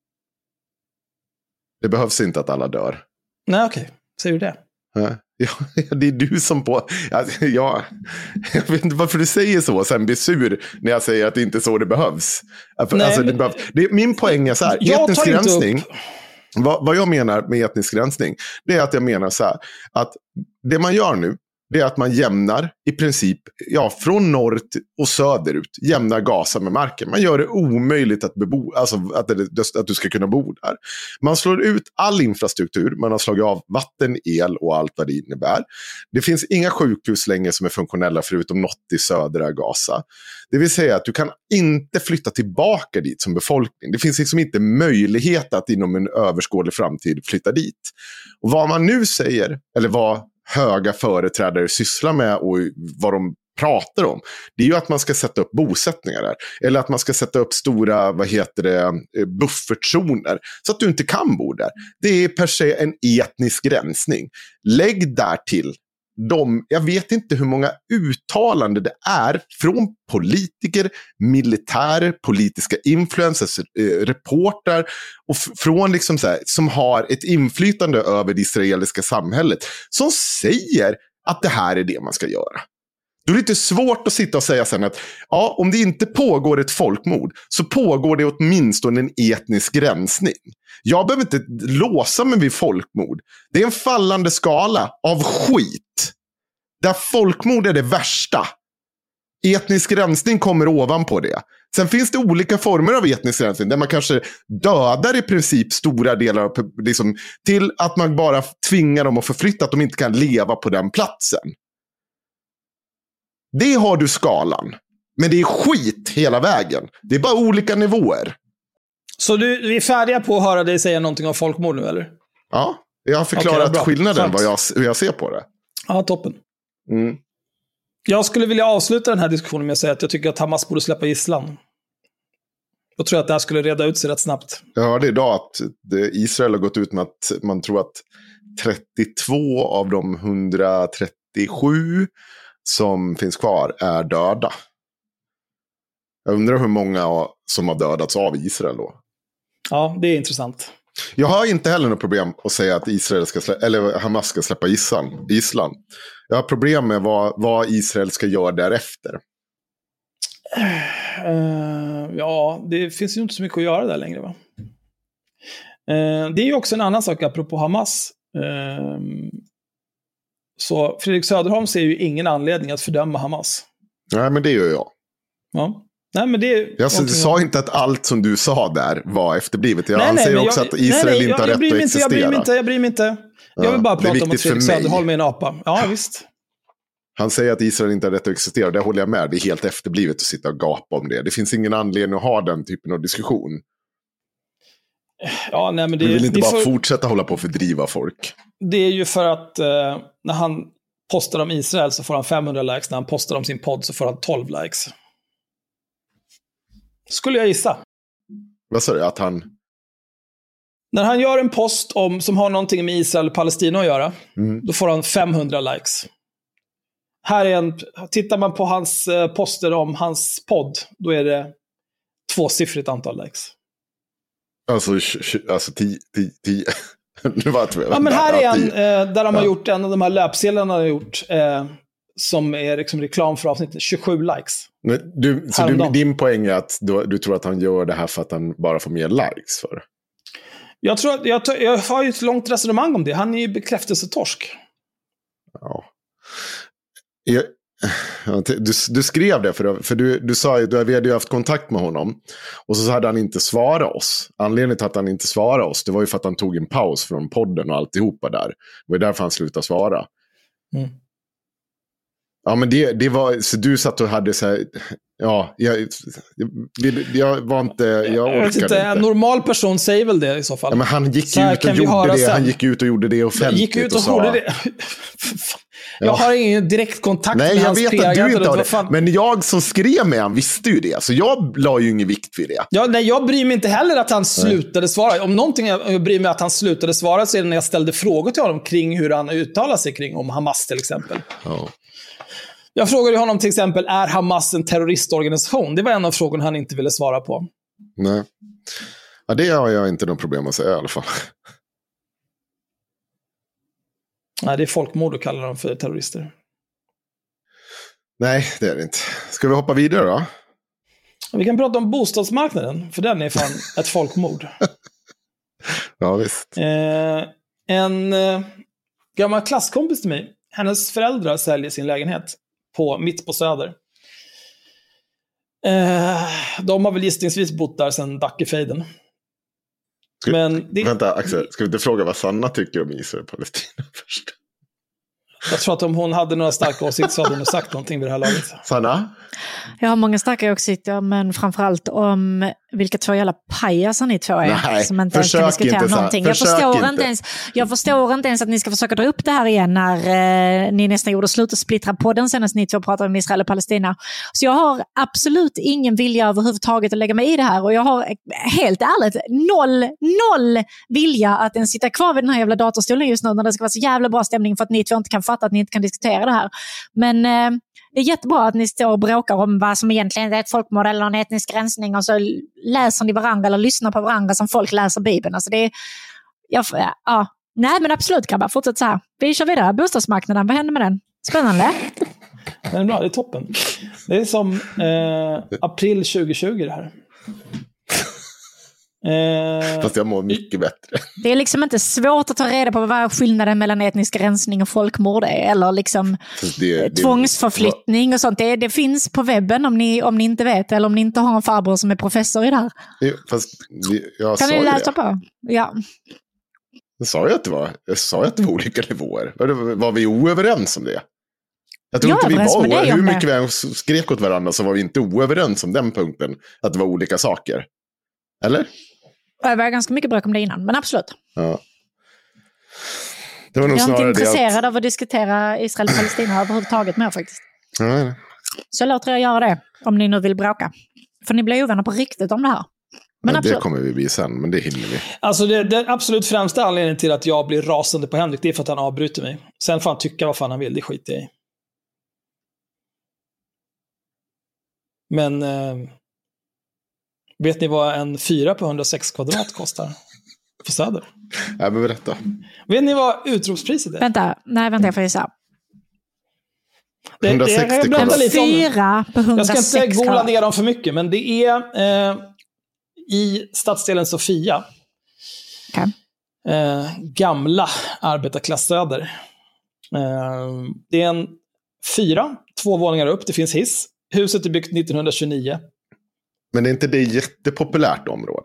Det behövs inte att alla dör. Nej, okej. Säger du det? Ja, det är du som på... Jag vet inte varför du säger så och sen blir sur när jag säger att det inte är så det behövs. Min poäng är så här. Etnisk rensning... Vad jag menar med etnisk rensning, det är att jag menar så här, att det man gör nu, det är att man jämnar i princip, från norr och söderut, jämnar Gaza med marken. Man gör det omöjligt att bebo, alltså att du ska kunna bo där. Man slår ut all infrastruktur, man har slagit av vatten, el och allt vad det innebär. Det finns inga sjukhus längre som är funktionella förutom något i södra Gaza. Det vill säga att du kan inte flytta tillbaka dit som befolkning. Det finns liksom inte möjlighet att inom en överskådlig framtid flytta dit. Och vad man nu säger, eller vad höga företrädare sysslar med och vad de pratar om, det är ju att man ska sätta upp bosättningar där. Eller att man ska sätta upp stora, buffertzoner så att du inte kan bo där. Det är per se en etnisk rensning. Lägg där till jag vet inte hur många uttalanden det är från politiker, militärer, politiska influencers, reportrar och från liksom så här, som har ett inflytande över det israeliska samhället som säger att det här är det man ska göra. Då är det inte svårt att sitta och säga sen att om det inte pågår ett folkmord så pågår det åtminstone en etnisk rensning. Jag behöver inte låsa mig vid folkmord. Det är en fallande skala av skit. Där folkmord är det värsta. Etnisk rensning kommer ovanpå det. Sen finns det olika former av etnisk rensning där man kanske dödar i princip stora delar av, till att man bara tvingar dem att förflytta, att de inte kan leva på den platsen. Det har du skalan. Men det är skit hela vägen. Det är bara olika nivåer. Så vi är färdiga på att höra dig säga någonting om folkmord nu, eller? Ja, jag har förklarat skillnaden, hur jag ser på det. Ja, toppen. Jag skulle vilja avsluta den här diskussionen med att säga att jag tycker att Hamas borde släppa gisslan. Då tror jag att det här skulle reda ut sig rätt snabbt. Jag hörde idag att Israel har gått ut med att man tror att 32 av de 137 som finns kvar är döda. Jag undrar hur många som har dödats av Israel då. Ja, det är intressant. Jag har inte heller något problem att säga att eller Hamas ska släppa gisslan. Jag har problem med vad Israel ska göra därefter. Ja, det finns ju inte så mycket att göra där längre, va? Det är ju också en annan sak apropå Hamas. Så Fredrik Söderholm ser ju ingen anledning att fördöma Hamas. Nej, men det gör jag. Ja. Nej, men det jag sa inte att allt som du sa där var efterblivet. Jag anser också att Israel inte har rätt att existera. Jag bryr mig inte. Jag vill bara prata om att Fredrik Söderholm är en apa. Ja, visst. Han säger att Israel inte har rätt att existera. Det håller jag med. Det är helt efterblivet att sitta och gapa om det. Det finns ingen anledning att ha den typen av diskussion. Ja, nej, men vi vill inte bara fortsätta hålla på och fördriva folk. Det är ju för att när han postar om Israel så får han 500 likes. När han postar om sin podd så får han 12 likes. Skulle jag gissa. Vad sa du? Att han... När han gör en post som har någonting med Israel och Palestina att göra, då får han 500 likes. Tittar man på hans poster om hans podd, då är det 2-siffrigt antal likes. Alltså 10. Ja, men här är en där de har gjort en av de här löpsedlarna har gjort som är liksom reklam för avsnittet, 27 likes. Din poäng är att du tror att han gör det här för att han bara får mer likes för? Jag har ju ett långt resonemang om det. Han är ju bekräftelsetorsk. Ja. Du skrev det för du sa ju att vi hade ju haft kontakt med honom och så hade han inte svarat oss. Anledningen till att han inte svarade oss, det var ju för att han tog en paus från podden och alltihopa där. Det var därför han slutade svara. Ja, men det var så du satt och hade så här, ja, jag var inte, jag orkade inte. En normal person säger väl det i så fall. Ja, men han gick ut och gjorde det. Han gick ut och gjorde det offentligt. Gick ut och gjorde det. Jag har ingen direkt kontakt med hans PR. Nej, jag vet att du inte har det. Men jag som skrev med han visste ju det. Så jag la ju ingen vikt vid det. Ja, nej, jag bryr mig inte heller att han slutade svara. Om någonting jag bryr mig att han slutade svara så är det när jag ställde frågor till honom kring hur han uttalar sig kring om Hamas till exempel. Ja. Jag frågade honom till exempel, är Hamas en terroristorganisation? Det var en av frågorna han inte ville svara på. Nej. Ja, det har jag inte någon problem att säga i alla fall. Nej, det är folkmord att kalla dem för terrorister. Nej, det är det inte. Ska vi hoppa vidare då? Vi kan prata om bostadsmarknaden, för den är fan ett folkmord. Ja, visst. En gammal klasskompis till mig, hennes föräldrar säljer sin lägenhet mitt på Söder. De har väl gissningsvis bott där sedan Dackefejden. Vänta, Axel, ska vi inte fråga vad Sanna tycker om Israel och Palestina först? Jag tror att om hon hade några starka åsikter så hade hon sagt någonting vid det här laget. Sanna? Jag har många starka åsikter, men framförallt om vilka två jävla pajaser ni två är. Nej, som inte ens kan diskutera någonting. Jag förstår inte ens att ni ska försöka dra upp det här igen när ni nästan gjorde slut och splittra podden senast ni två pratade om Israel och Palestina. Så jag har absolut ingen vilja överhuvudtaget att lägga mig i det här. Och jag har helt ärligt noll vilja att ens sitta kvar vid den här jävla datorstolen just nu när det ska vara så jävla bra stämning för att ni två inte kan fatta att ni inte kan diskutera det här. Men det är jättebra att ni står och bråkar om vad som egentligen är ett folkmord eller en etnisk rensning och så läser ni varandra eller lyssnar på varandra som folk läser Bibeln. Alltså det är, nej men absolut grabbar, fortsätt så här. Vi kör vidare. Bostadsmarknaden, vad händer med den? Spännande. Det är bra, det är toppen. Det är som april 2020 det här. Fast jag mår mycket bättre. Det är liksom inte svårt att ta reda på vad skillnaden mellan etnisk rensning och folkmord är. Eller liksom tvångsförflyttning och sånt. Det finns på webben om ni inte vet. Eller om ni inte har en farbror som är professor i det här. Kan ni läsa på? Ja. Jag sa ju att det var olika nivåer. Var vi oöverens om det? Jag tror inte vi var hur mycket vi skrek åt varandra så var vi inte oöverens om den punkten. Att det var olika saker. Eller? Jag var ganska mycket bråk om det innan, men absolut. Ja. Det var nog jag är inte intresserad det av att diskutera Israel och Palestina överhuvudtaget med faktiskt. Ja. Så låter jag göra det, om ni nu vill bråka. För ni blir ovänner på riktigt om det här. Men det kommer vi bli sen, men det hinner vi. Alltså det absolut främsta anledningen till att jag blir rasande på Henrik, det är för att han avbryter mig. Sen får han tycka vad fan han vill, det skiter jag i. Men vet ni vad en 4 på 106 kvadrat kostar? För Söder? Ja, men berätta. Vet ni vad utropspriset är? Vänta, jag får gissa. 160 kvadrat. 4 på 106 Jag ska inte googla ner dem för mycket, men det är i stadsdelen Sofia. Okay. Gamla arbetarklass-Söder. Det är en 4, 2 våningar upp, det finns hiss. Huset är byggt 1929. Men är inte det ett jättepopulärt område?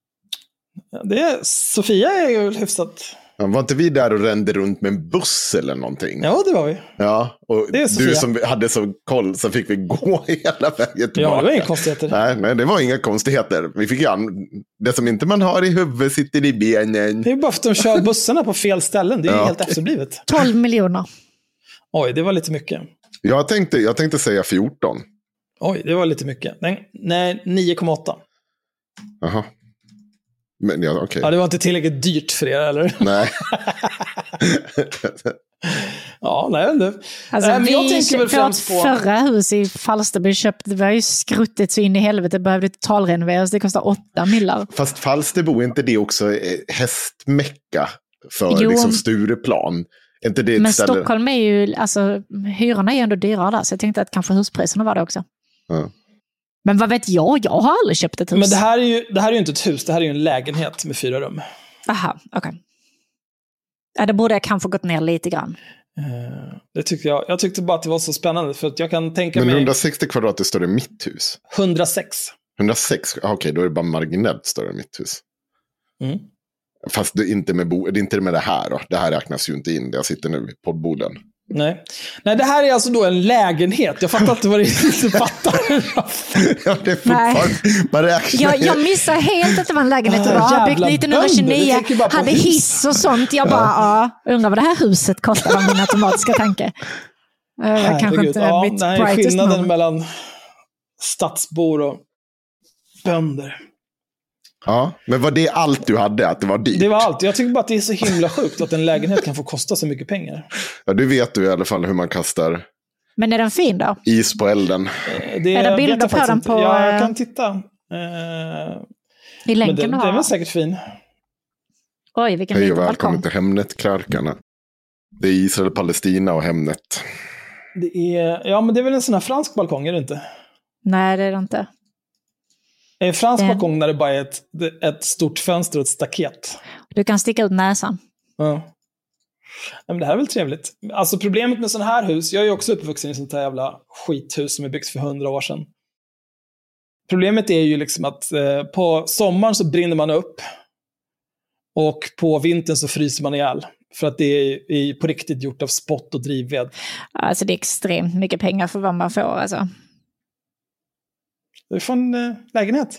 Sofia är ju hyfsat... Ja, var inte vi där och rände runt med en buss eller någonting? Ja, det var vi. Ja, och du som hade så koll så fick vi gå hela vägen tillbaka. Ja, det var inga konstigheter. Nej, det var inga konstigheter. Vi fick det som inte man har i huvudet sitter i benen. Det är bara för att de kör bussarna på fel ställen. Det är helt efterblivet. 12 miljoner. Oj, det var lite mycket. Jag tänkte säga 14. Oj, det var lite mycket. Nej, 9,8. Jaha. Men ja, okej. Ja, det var inte tillräckligt dyrt för er, eller? Nej. Ja, nej, det. Alltså, men jag tänker väl främst på... förra hus i Falsterby köpte, det var ju skruttet så in i helvete, behövde totalrenoveras, det kostar 8 millar. Fast Falsterbo, är inte det också hästmäcka för liksom Stureplan? Inte det men ställe... Stockholm är ju, alltså hyrorna är ju ändå dyrare där, så jag tänkte att kanske huspriserna var det också. Ja. Men vad vet jag har aldrig köpt ett hus. Men det här är ju inte ett hus, det här är ju en lägenhet med 4 rum. Aha, okej. Ja, det borde jag kanske gått ner lite grann. Det tyckte jag. Jag tyckte bara att det var så spännande, för att jag kan tänka mig... Men 160 kvadrat är större än mitt hus. 106. 106? Okej, då är det bara marginellt större än mitt hus. Mm. Fast det är inte med det här då. Det här räknas ju inte in där jag sitter nu på poddboden. Nej, det här är alltså då en lägenhet. Jag fattar inte vad det är du fattar. Ja, det är fortfarande... Jag missar helt att det var en lägenhet. Det var byggt 1929, hade hiss och sånt. Jag bara, undrar vad det här huset kostar, av min automatiska tanke. Kanske inte mitt brightest skillnaden moment. mellan stadsbor och bönder. Ja, men var det allt du hade, att det var dyrt? Det var allt. Jag tycker bara att det är så himla sjukt att en lägenhet kan få kosta så mycket pengar. Ja, du vet du i alla fall hur man kastar... Men är den fin då? Is på elden. Är det bilder på den på... Ja, jag kan titta. I länken men det är väl säkert fin. Oj, vilken liten balkong. Hej och välkommen till Hemnet-krarkarna. Det är Israel, Palestina och Hemnet. Men det är väl en sån här fransk balkong, är det inte? Nej, det är det inte. En fransk balkong när det bara är ett stort fönster och ett staket. Du kan sticka ut näsan. Ja. Men det här är väl trevligt. Alltså problemet med sån här hus, jag är ju också uppvuxen i sånt här jävla skithus som är byggt för 100 år sedan. Problemet är ju liksom att på sommaren så brinner man upp och på vintern så fryser man ihjäl. För att det är på riktigt gjort av spott och drivved. Alltså det är extremt mycket pengar för vad man får alltså. Du får en lägenhet.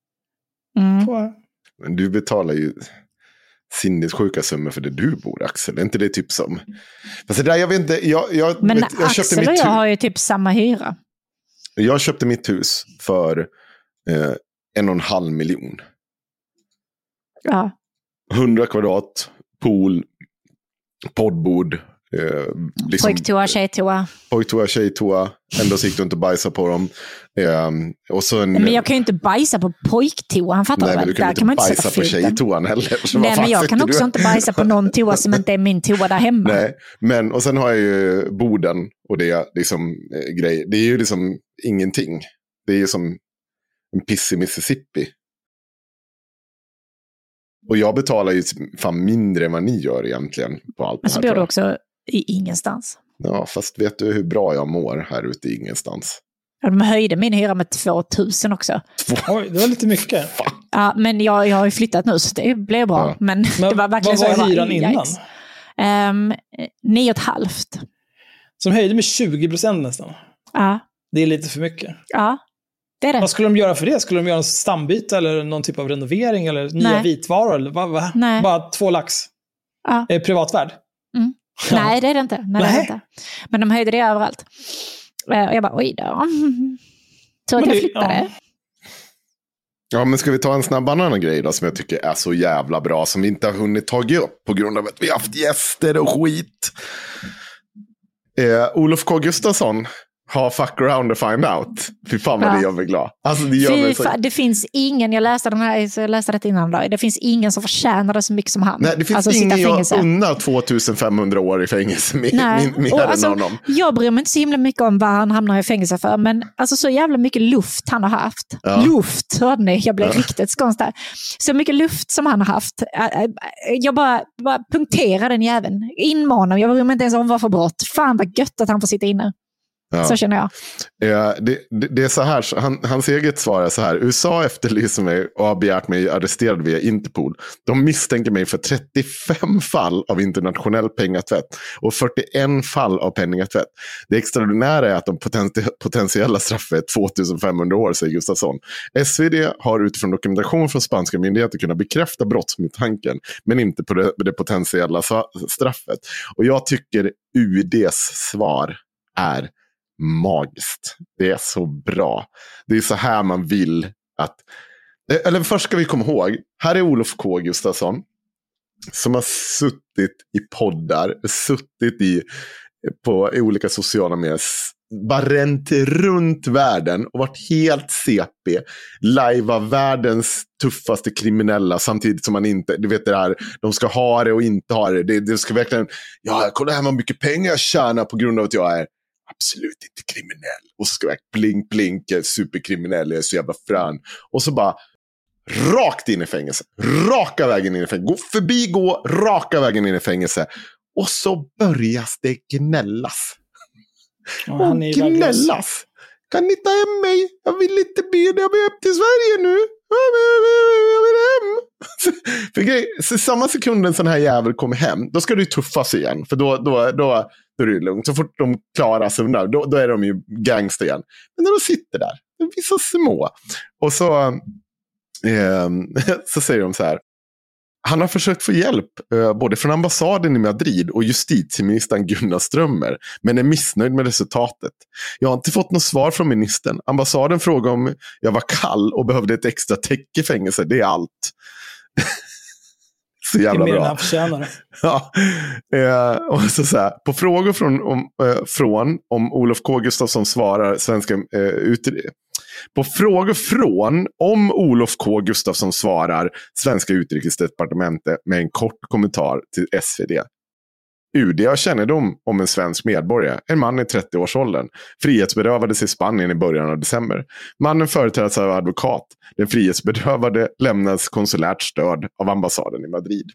Men du betalar ju sinnessjuka summor för det du bor, Axel. Är inte det typ som... Fast det där, jag vet inte... Men Axel och jag har ju typ samma hyra. Jag köpte mitt hus för 1,5 miljon. Ja. 100 kvadrat, pool, poddbord. Pojktoa, tjejtoa. Pojktoa, tjejtoa. Ändå så gick du inte att bajsa på dem. Och så men jag kan ju inte bajsa på pojktoa, han fattar. Nej, men du kan inte bajsa på tjejtoan heller. Nej, men jag kan också inte bajsa på någon toa som inte är min toa där hemma. Nej, men och sen har jag ju boden och det är liksom grej. Det är ju liksom ingenting. Det är ju som en piss i Mississippi. Och jag betalar ju fan mindre än vad ni gör egentligen på allt. Men så bor du också i ingenstans. Ja, fast vet du hur bra jag mår här ute i ingenstans? Ja, de höjde min hyra med 2000 också. Oj, det var lite mycket. Fan. Ja, men jag har ju flyttat nu så det blev bra. Ja. Men det var verkligen vad var så hyran innan? 9,5. Som höjde med 20% nästan. Ja. Det är lite för mycket. Ja, det är det. Vad skulle de göra för det? Skulle de göra en stambyte eller någon typ av renovering eller nya vitvaror? Eller Nej. Bara 2 lax? Ja. Är det privatvärd? Mm. Ja. Nej, det är det inte. Nej, det är det inte. Men de höjde det överallt. Och jag bara, oj då. Så att jag flyttade. Ja. Ja, men ska vi ta en snabb annan grej då som jag tycker är så jävla bra som vi inte har hunnit tagit upp på grund av att vi har haft gäster och skit. Olof K. Gustafsson har fuck around and find out. Fy fan vad det gör mig glad. Alltså, det gör mig så... Det finns ingen, jag läste det innan då. Det finns ingen som förtjänar det så mycket som han. Nej, det finns ingen jag unnar 2500 år i fängelse mer än honom. Jag bryr mig inte så himla mycket om vad han hamnar i fängelse för, men alltså så jävla mycket luft han har haft. Ja. Luft, hörde ni? Jag blev riktigt skånsk där. Så mycket luft som han har haft. Jag bara punkterar den jäveln. Inmanar, jag bryr mig inte ens om vad för brott. Fan vad gött att han får sitta inne. Ja. Så känner jag. Det är så här, hans eget svar är så här: USA efterlyser mig och har begärt mig arresterad via Interpol. De misstänker mig för 35 fall av internationell pengatvätt och 41 fall av penningtvätt. Det extraordinära är att de potentiella straffet är 2500 år, säger Gustafsson. SvD har utifrån dokumentation från spanska myndigheter kunnat bekräfta brottsmisstanken, men inte på det potentiella straffet. Och jag tycker UDs svar är magiskt. Det är så bra. Det är så här man vill att... Eller först ska vi komma ihåg, här är Olof K. Gustafsson som har suttit i poddar, suttit på olika sociala medier, bara ränt runt världen och varit helt CP, lajva världens tuffaste kriminella samtidigt som man inte, du vet det här, de ska ha det och inte ha det. Det ska verkligen, kolla här vad mycket pengar jag tjänar på grund av att jag är absolut inte kriminell. Och så ska jag blink, superkriminell, jag är så jävla frän. Och så bara rakt in i fängelse. Raka vägen in i fängelse. Gå raka vägen in i fängelse. Och så börjas det gnällas. Och gnällas. Kan ni ta hem mig? Jag vill inte be dig, jag vill upp till Sverige nu. Jag vill hem. För samma sekund en sån här jävel kommer hem, då ska du tuffas igen. För då är det lugnt. Så fort de klarar sig undan, då är de ju gangster igen. Men när de sitter där, de är så små. Och så säger de så här: han har försökt få hjälp både från ambassaden i Madrid och justitieministern Gunnar Strömmer, men är missnöjd med resultatet. Jag har inte fått något svar från ministern. Ambassaden frågade om jag var kall och behövde ett extra täcke i fängelse. Det är allt. Så jävla bra. Det är mer än han förtjänar. Ja. Och så här, på frågor om Olof K. Gustafsson svarar svenska på frågor från om Olof K. Gustafsson svarar svenska utrikesdepartementet med en kort kommentar till SvD. UD har kännedom om en svensk medborgare, en man i 30-årsåldern, frihetsberövades i Spanien i början av december. Mannen företräds av advokat. Den frihetsberövade lämnas konsulärt stöd av ambassaden i Madrid.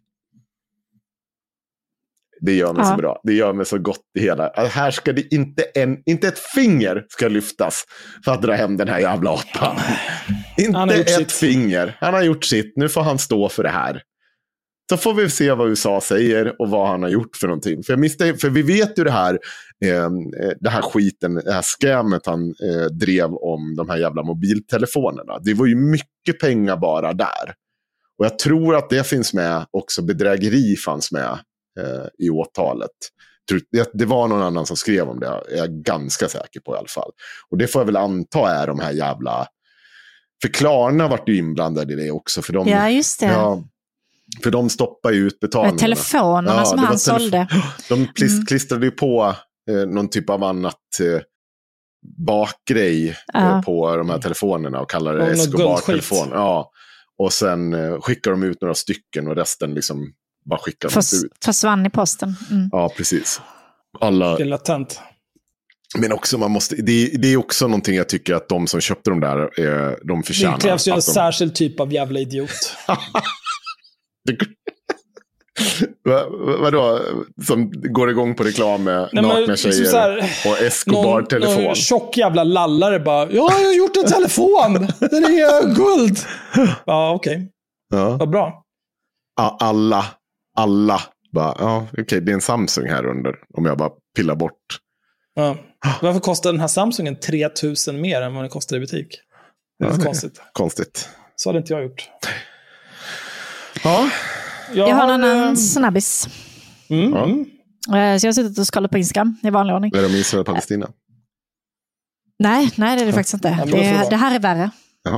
Det gör mig så bra. Det gör mig så gott i hela. Alltså, här ska det inte ett finger ska lyftas för att dra hem den här jävla apan. Inte ett finger. Han har gjort sitt. Nu får han stå för det här. Så får vi se vad USA säger och vad han har gjort för någonting. För vi vet ju det här skiten, det här skämmet han drev om de här jävla mobiltelefonerna. Det var ju mycket pengar bara där. Och jag tror att det finns med också, bedrägeri fanns med i åtalet. Det var någon annan som skrev om det, jag är ganska säker på i alla fall. Och det får jag väl anta är de här jävla... För Klarna vart ju inblandade i det också. För de, ja, just det. Ja, för de stoppar ju utbetalningarna. Telefonerna som han sålde. De klistrade ju på någon typ av annat bakgrej på de här telefonerna och kallade det Escobar-telefon. Ja. Och sen skickar de ut några stycken och resten liksom bara skickar de ut. Försvann i posten. Mm. Ja, precis. Alla... Det är latent. Men också det är också någonting jag tycker att de som köpte de där de förtjänar. Det krävs ju en särskild typ av jävla idiot. Vadå? Som går igång på reklam med nakna tjejer här, och Escobar-telefon. Någon tjock jävla lallare bara, jag har gjort en telefon. Den är guld. Ja, okej. Ja. Vad bra. Ja, alla bara, ja, okej, det är en Samsung här under. Om jag bara pillar bort. Ja. Varför kostar den här Samsungen 3000 mer än vad den kostar i butik? Det är konstigt. Konstigt. Så hade inte jag gjort. Ja. Jag har en annan snabbis. Mm. Så jag har suttit och skallat på Instagram i vanlig ordning. Är de Israel och Palestina? Nej, det är det faktiskt inte. Det här är värre. Jaha.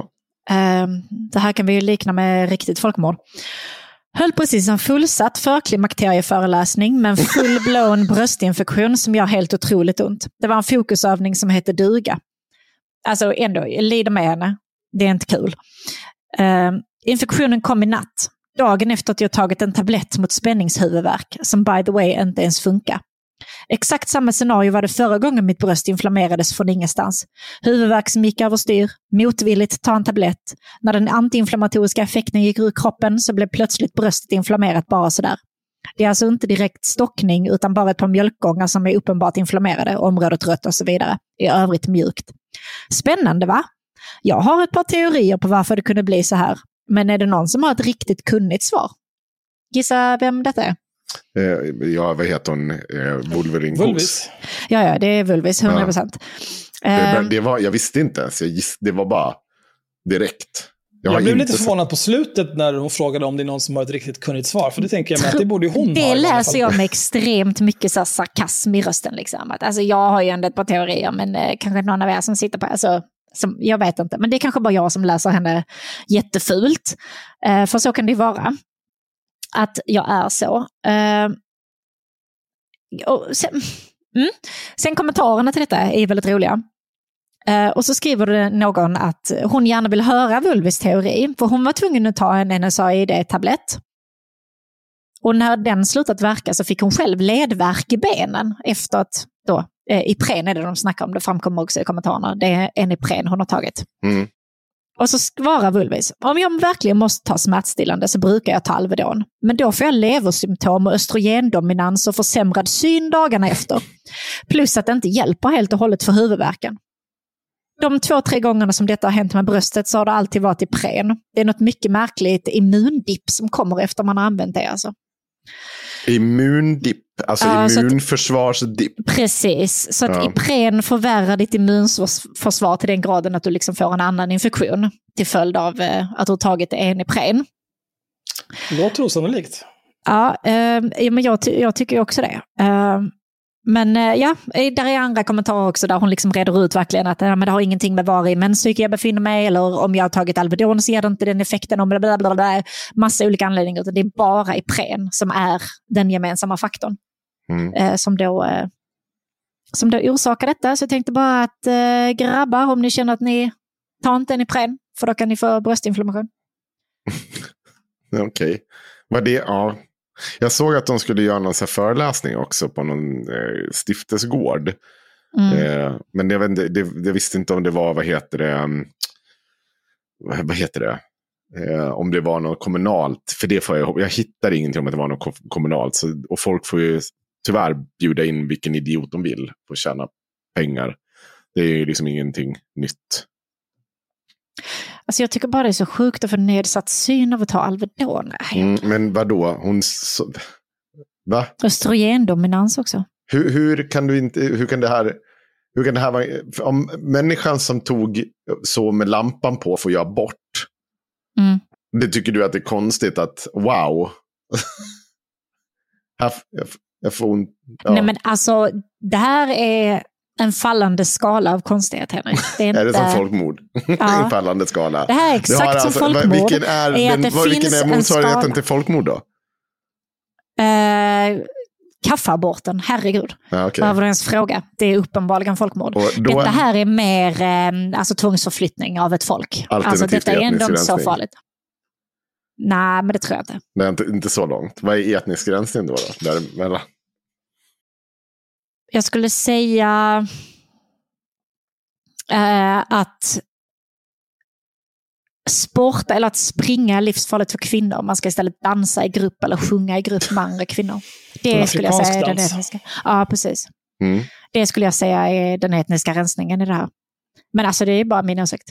Det här kan vi ju likna med riktigt folkmord. Höll precis en fullsatt förklimakterieföreläsning med en full-blown bröstinfektion som gör helt otroligt ont. Det var en fokusövning som hette duga. Alltså ändå, jag lider med henne. Det är inte kul. Infektionen kom i natt. Dagen efter att jag tagit en tablett mot spänningshuvudvärk som by the way inte ens funkar. Exakt samma scenario var det förra gången mitt bröst inflammerades från ingenstans. Huvudvärk som gick överstyr, motvilligt ta en tablett. När den antiinflammatoriska effekten gick ur kroppen så blev plötsligt bröstet inflammerat bara sådär. Det är alltså inte direkt stockning utan bara ett par mjölkgångar som är uppenbart inflammerade, området rött och så vidare. I övrigt mjukt. Spännande va? Jag har ett par teorier på varför det kunde bli så här. Men är det någon som har ett riktigt kunnigt svar? Gissa vem detta är? Ja, vad heter hon? Wolverine Vulvis. Ja, det är Vulvis, 100%. Ja. Jag visste inte ens. Det var bara direkt. Jag blev lite förvånad på slutet när hon frågade om det är någon som har ett riktigt kunnigt svar. För det tänker jag med att det borde ju hon ha. Det läser jag med extremt mycket så sarkasm i rösten. Liksom. Alltså, jag har ju ändå ett par teorier, men kanske någon av er som sitter på... Alltså, jag vet inte, men det är kanske bara jag som läser henne jättefult. För så kan det ju vara. Att jag är så. Sen kommentarerna till detta är väldigt roliga. Och så skriver det någon att hon gärna vill höra Vulvis teori. För hon var tvungen att ta en NSAID-tablett. Och när den slutat verka så fick hon själv ledvärk i benen efter att då, Ipren är det de snackar om, det framkommer också i kommentarerna. Det är en Ipren hon har tagit. Mm. Och så svarar Vulvis, om jag verkligen måste ta smärtstillande så brukar jag ta Alvedon. Men då får jag leversymptom och östrogendominans och försämrad syn dagarna efter. Plus att det inte hjälper helt och hållet för huvudvärken. De 2-3 gångerna som detta har hänt med bröstet så har det alltid varit Ipren. Det är något mycket märkligt immundipp som kommer efter man har använt det alltså. Immundipp, alltså immunförsvarsdipp. Precis, så att Ipren förvärrar ditt immunförsvar till den graden att du liksom får en annan infektion till följd av att du har tagit en Ipren. Det låter osannolikt. Ja, men jag tycker också det. Men ja, där är andra kommentarer också där hon liksom reder ut verkligen att men det har ingenting med var i menspsyke jag befinner mig eller om jag har tagit Alvedon så ger det inte den effekten om blablabla. Massa olika anledningar. Det är bara Ipren som är den gemensamma faktorn som då orsakar detta. Så jag tänkte bara att grabbar, om ni känner att ni tar inte en Ipren för då kan ni få bröstinflammation. Okej. Var det, ja. Jag såg att de skulle göra någon så här föreläsning också på någon stiftelsegård. Men jag vet inte, det visste inte om det var, vad heter det? Om det var något kommunalt. För det får jag hittar ingenting om att det var något kommunalt. Så, och folk får ju tyvärr bjuda in vilken idiot de vill för att tjäna pengar. Det är ju liksom ingenting nytt. Alltså jag tycker bara det är så sjukt att få nedsatt syn av att ta Alvedon. Men vadå? Va? Östrogendominans också. Hur kan det här vara... Om människan som tog så med lampan på får göra bort. Det tycker du att det är konstigt att... Wow. jag får ont. Ja. Nej men alltså, det här är... en fallande skala av konstighet, Henrik. Är det som folkmord? Ja. En fallande skala. Det här är exakt som folkmord. Vilken är motsvarigheten till folkmord då? Kaffeaborten, herregud. Ja, okay. Vad var det ens fråga? Det är uppenbarligen folkmord. Detta här är mer alltså tvångsförflyttning av ett folk. Alltså detta är ändå inte så farligt. Nej, men det tror jag inte. Det är inte så långt. Vad är etnisk rensning då? Däremellan? Jag skulle säga att sporta eller att springa är livsfarligt för kvinnor. Man ska istället dansa i grupp eller sjunga i grupp med andra kvinnor. Det skulle jag säga är den etniska. Ja, precis. Det skulle jag säga är den etniska rensningen i det här. Men alltså det är bara min åsikt.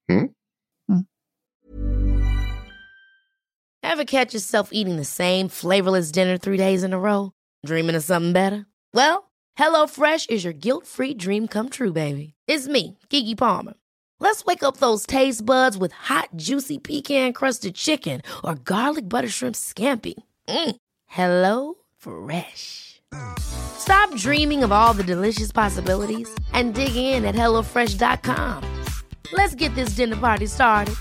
Ever catch yourself eating the same flavorless dinner 3 days in a row? Dreaming of something better? Well, HelloFresh is your guilt-free dream come true, baby. It's me, Keke Palmer. Let's wake up those taste buds with hot, juicy pecan-crusted chicken or garlic butter shrimp scampi. Hello Fresh. Stop dreaming of all the delicious possibilities and dig in at HelloFresh.com. Let's get this dinner party started.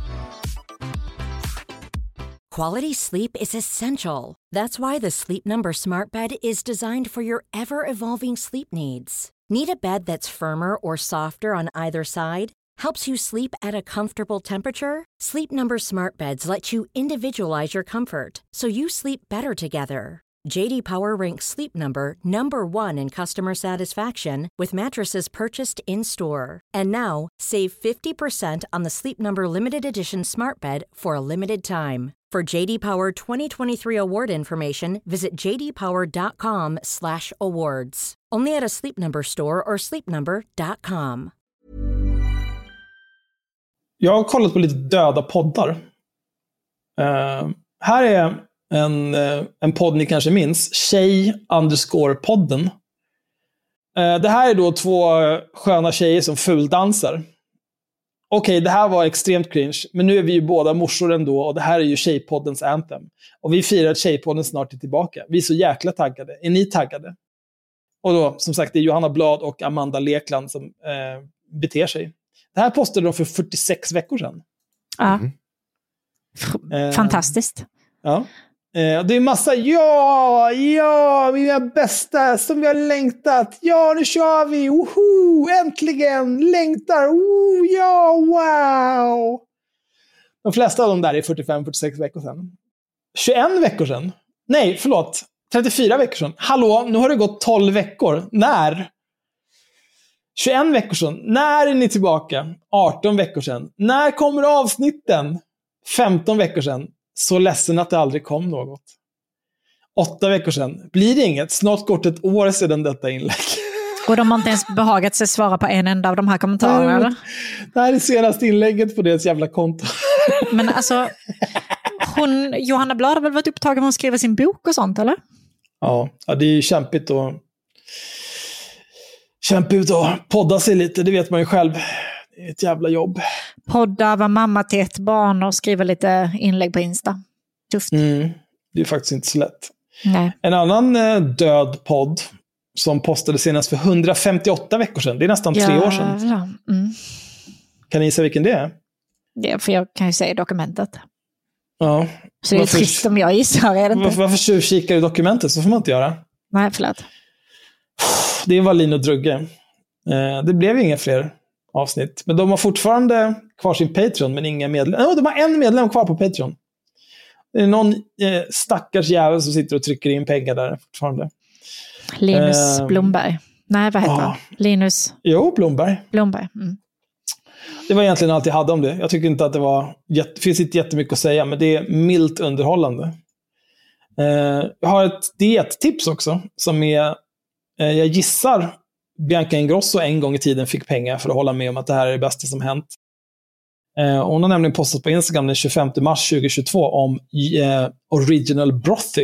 Quality sleep is essential. That's why the Sleep Number Smart Bed is designed for your ever-evolving sleep needs. Need a bed that's firmer or softer on either side? Helps you sleep at a comfortable temperature? Sleep Number Smart Beds let you individualize your comfort, so you sleep better together. J.D. Power ranks Sleep Number #1 in customer satisfaction with mattresses purchased in-store. And now, save 50% on the Sleep Number Limited Edition Smart Bed for a limited time. For J.D. Power 2023 award information, visit jdpower.com/awards. Only at a Sleep Number store or sleepnumber.com. Jag har kollat på lite döda poddar. Här är en podd ni kanske minns. Tjej_podden. Det här är då 2 sköna tjejer som fuldansar. Okej, det här var extremt cringe. Men nu är vi ju båda morsor ändå. Och det här är ju Tjejpoddens anthem. Och vi firar att Tjejpodden snart är tillbaka. Vi är så jäkla taggade. Är ni taggade? Och då, som sagt, det är Johanna Blad och Amanda Lekland som beter sig. Det här postade de för 46 veckor sedan. Ja. Fantastiskt. Ja. Det är massa mina bästa som vi har längtat. Ja, nu kör vi. Äntligen längtar. Wow. De flesta av dem där är 45-46 veckor sedan. 21 veckor sedan. Nej, förlåt. 34 veckor sedan. Hallå, nu har det gått 12 veckor. När? 21 veckor sedan. När är ni tillbaka? 18 veckor sedan. När kommer avsnitten? 15 veckor sedan. Så ledsen att det aldrig kom något. 8 veckor sedan. Blir det inget? Snart gått ett år sedan detta inlägg. Och de har inte ens behagat sig svara på en enda av de här kommentarerna, eller? Det här är senaste inlägget på deras jävla konto. Men alltså, Johanna Blad har väl varit upptagen med att skriva sin bok och sånt, eller? Ja, det är ju kämpigt att podda sig lite, det vet man ju själv. Det är ett jävla jobb. Podda, vara mamma till ett barn och skriva lite inlägg på Insta. Tufft. Det är faktiskt inte så lätt. Nej. En annan död podd som postade senast för 158 veckor sedan. Det är nästan 3 år sedan. Kan ni gissa vilken det är? Ja, för jag kan ju säga dokumentet. Ja. Så det är trist om jag gissar, är det inte? Varför tjuvkikar i dokumentet? Så får man inte göra. Nej, förlåt. Det var Lin och Drugge. Det blev inga fler avsnitt. Men de har fortfarande kvar sin Patreon, men inga medlemmar. De har en medlem kvar på Patreon. Det är någon stackars jävel som sitter och trycker in pengar där fortfarande. Linus Blomberg. Nej, vad heter han? Linus? Jo, Blomberg. Det var egentligen allt jag hade om det. Jag tycker inte att det finns inte jättemycket att säga, men det är milt underhållande. Jag har ett diettips också, som är, jag gissar Bianca Ingrosso en gång i tiden fick pengar för att hålla med om att det här är det bästa som hänt. Hon har nämligen postat på Instagram den 25 mars 2022 om Original Brothy,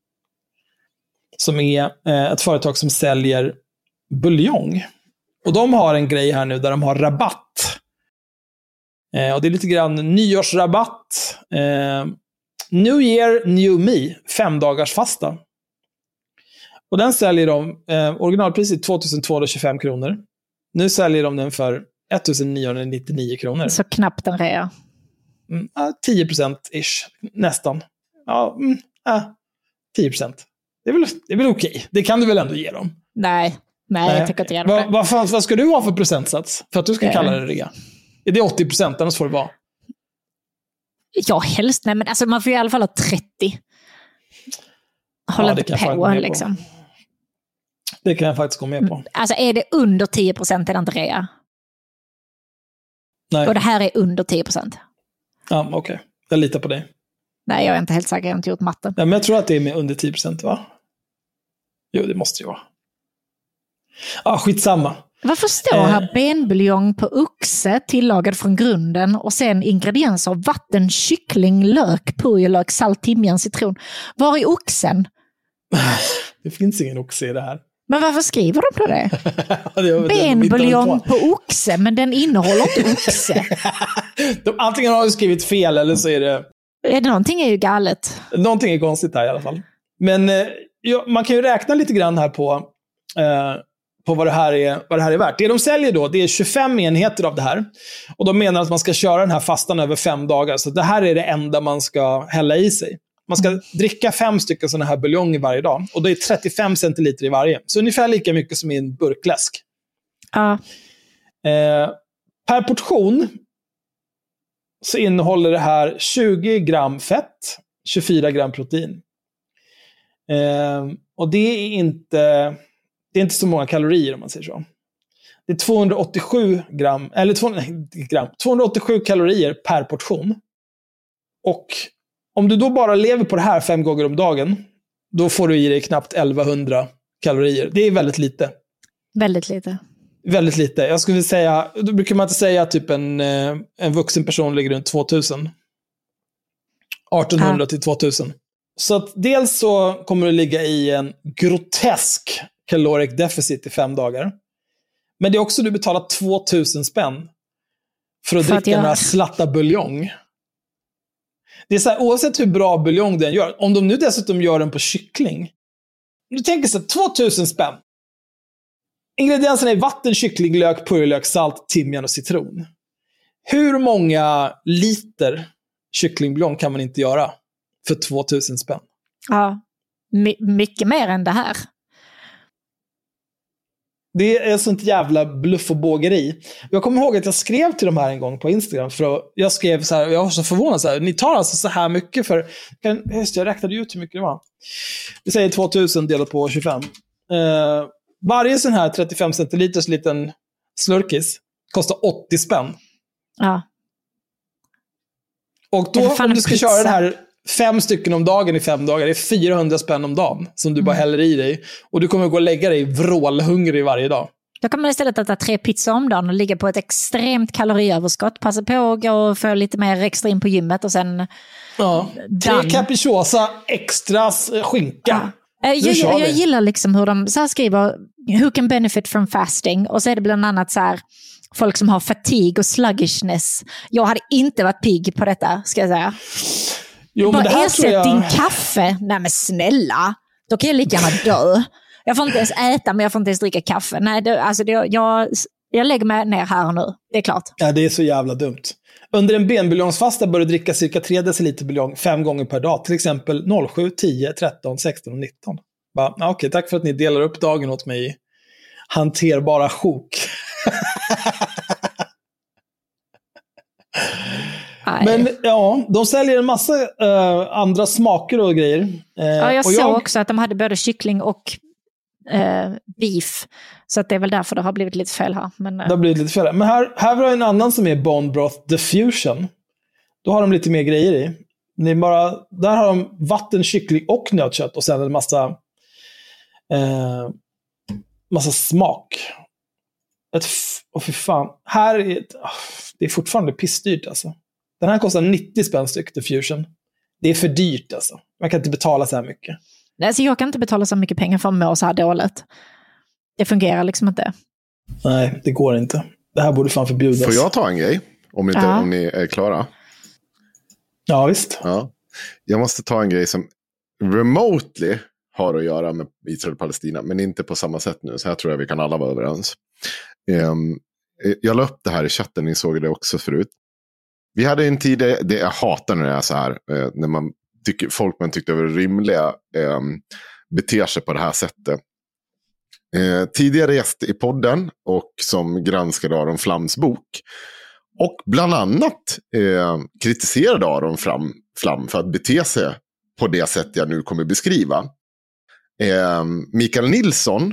som är ett företag som säljer buljong. Och de har en grej här nu där de har rabatt. Och det är lite grann nyårsrabatt. New Year, New Me. 5 dagars fasta. Och den säljer de, originalpriset 2225 kronor. Nu säljer de den för 1999 kronor. Så knappt en rea. 10%-ish, nästan. Ja, 10%. Det är väl okej. Det kan du väl ändå ge dem? Nej, jag tycker inte ge dem det. Vad ska du ha för procentsats för att du ska kalla det rea? Är det 80%? Annars får det vara. Ja, helst. Nej, men alltså, man får i alla fall ha 30. Hålla inte på liksom. Det kan jag faktiskt gå med på. Alltså är det under 10% är det inte rea? Nej. Och det här är under 10%. Ja, okej. Jag litar på dig. Nej, jag är inte helt säker. Jag har inte gjort matten. Ja, men jag tror att det är med under 10%, va? Jo, det måste ju vara. Ja, skitsamma. Varför står här benbuljong på oxe tillagad från grunden och sen ingredienser av vatten, kyckling, lök, purjolök, salt, timjan, citron. Var är oxen? Det finns ingen oxe i det här. Men varför skriver de på det? Benbuljong på oxe, men den innehåller inte oxe. Antingen har du skrivit fel eller så är det... Någonting är ju galet. Någonting är konstigt här i alla fall. Men man kan ju räkna lite grann här på på vad det här är värt. Det de säljer då, det är 25 enheter av det här. Och de menar att man ska köra den här fastan över 5 dagar. Så det här är det enda man ska hälla i sig. Man ska dricka 5 stycken sådana här buljonger varje dag. Och det är 35 centiliter i varje. Så ungefär lika mycket som i en burkläsk. Ja. Per portion så innehåller det här 20 gram fett, 24 gram protein. Och det är inte så många kalorier om man säger så. Det är 287 gram, eller 287 kalorier per portion. Och om du då bara lever på det här 5 gånger om dagen, då får du i dig knappt 1100 kalorier. Det är väldigt lite. Väldigt lite. Väldigt lite. Jag skulle säga, då brukar man inte säga typ en vuxen person ligger runt 2000. 1800 till 2000. Så att dels så kommer du ligga i en grotesk caloric deficit i 5 dagar. Men det är också du betalar 2000 spänn för att dricka den här slatta buljong. Det är så här, oavsett hur bra buljong den gör, om de nu dessutom gör den på kyckling. Du tänker så här, 2000 spänn. Ingredienserna är vatten, kyckling, lök, purjolök, salt, timjan och citron. Hur många liter kycklingbuljong kan man inte göra för 2000 spänn? Ja, mycket mer än det här. Det är sånt jävla bluff och bågeri. Jag kommer ihåg att jag skrev till de här en gång på Instagram. Jag skrev så här, jag var så förvånad så här, ni tar alltså så här mycket för... Jag räknade ut hur mycket det var. Vi säger 2000 delat på 25. Varje sån här 35 centiliters liten slurkis kostar 80 spänn. Ja. Och då om du ska köra det här 5 stycken om dagen i 5 dagar, det är 400 spänn om dagen som du bara häller i dig. Och du kommer gå och lägga dig vrålhungrig varje dag. Då kan man istället äta 3 pizzor om dagen och ligga på ett extremt kaloriöverskott. Passa på att gå och få lite mer extra in på gymmet och sen... Ja, 3 capricciosa, extra skinka. Ja. Jag gillar liksom hur de så här skriver, who can benefit from fasting, och så är det bland annat så här, folk som har fatigue och sluggishness. Jag hade inte varit pigg på detta, ska jag säga. Jo, bara men det här ersätt din kaffe. Nej men snälla, då kan jag lika gärna dö. Jag får inte ens äta, men jag får inte ens dricka kaffe. Nej, jag lägger mig ner här och nu, det är klart. Ja, det är så jävla dumt. Under en benbuljongsfasta bör du dricka cirka 3 deciliter buljong 5 gånger per dag. Till exempel 07, 10, 13, 16 och 19. Okej, tack för att ni delar upp dagen åt mig i hanterbara sjok. Men ja, de säljer en massa andra smaker och grejer. Ja, jag såg också att de hade både kyckling och beef. Så att det är väl därför det har blivit lite fel här. Men, det har blivit lite fel. Men här var en annan som är Bone Broth Diffusion. Då har de lite mer grejer i. Där har de vatten, kyckling och nötkött. Och sen en massa smak. Och för fan. Det är fortfarande pissdyrt alltså. Den här kostar 90 spänn styck Diffusion. Det är för dyrt alltså. Man kan inte betala så här mycket. Nej, så jag kan inte betala så mycket pengar för att må så här dåligt. Det fungerar liksom inte. Nej, det går inte. Det här borde fan förbjudas. Får jag ta en grej? Om ni är klara. Ja, visst. Ja. Jag måste ta en grej som remotely har att göra med Israel och Palestina, men inte på samma sätt nu. Så här tror jag vi kan alla vara överens. Jag la upp det här i chatten, ni såg det också förut. Vi hade en tid, jag hatar när det är så här, när man folk man tyckte var rimliga beter sig på det här sättet. Tidigare gäst i podden och som granskade Aron Flams bok och bland annat kritiserade Aron Flam för att bete sig på det sätt jag nu kommer beskriva. Mikael Nilsson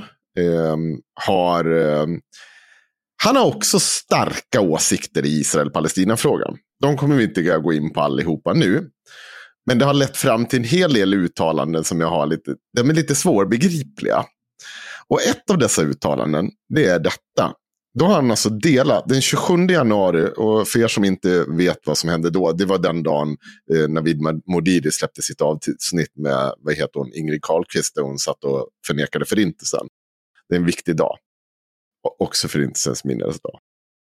han har också starka åsikter i Israel-Palestina-frågan. De kommer vi inte gå in på allihopa nu. Men det har lett fram till en hel del uttalanden som jag har de är lite svårbegripliga. Och ett av dessa uttalanden, det är detta. Då har han alltså delat den 27 januari, och för er som inte vet vad som hände då, det var den dagen Navid Modiri släppte sitt avsnitt med, Ingrid Carlqvist, där hon satt och förnekade förintelsen. Det är en viktig dag. Också förintelsens minnesdag.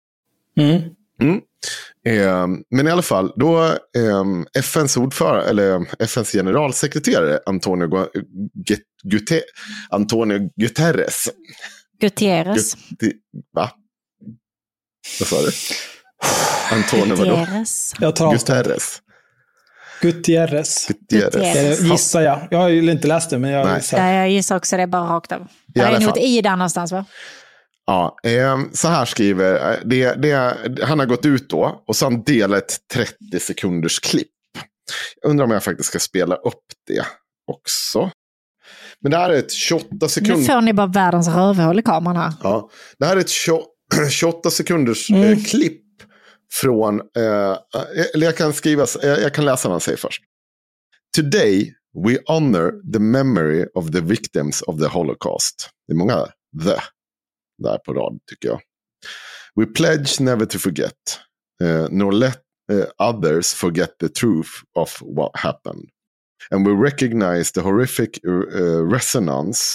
Men i alla fall, då FNs ordförande, eller FNs generalsekreterare Antonio Guterres, Gutierrez. Va? Vad sa du? Antonio vadå? Jag tar Gutierrez. Gissar jag. Jag har ju inte läst det, men jag gissar. Ja, jag gissar också det bara rakt av. Det är nog ett i där någonstans, va? Ja, så här skriver han har gått ut då och sen delat ett 30 sekunders klipp. Jag undrar om jag faktiskt ska spela upp det också. Men det här är ett 28 sekunder. Nu får ni bara världens rövhål i kameran här. Ja, det här är ett 28 sekunders klipp från, eller jag kan läsa vad han säger först. Today we honor the memory of the victims of the Holocaust. Det är många där på rad tycker jag. We pledge never to forget, nor let others forget the truth of what happened. And we recognize the horrific resonance.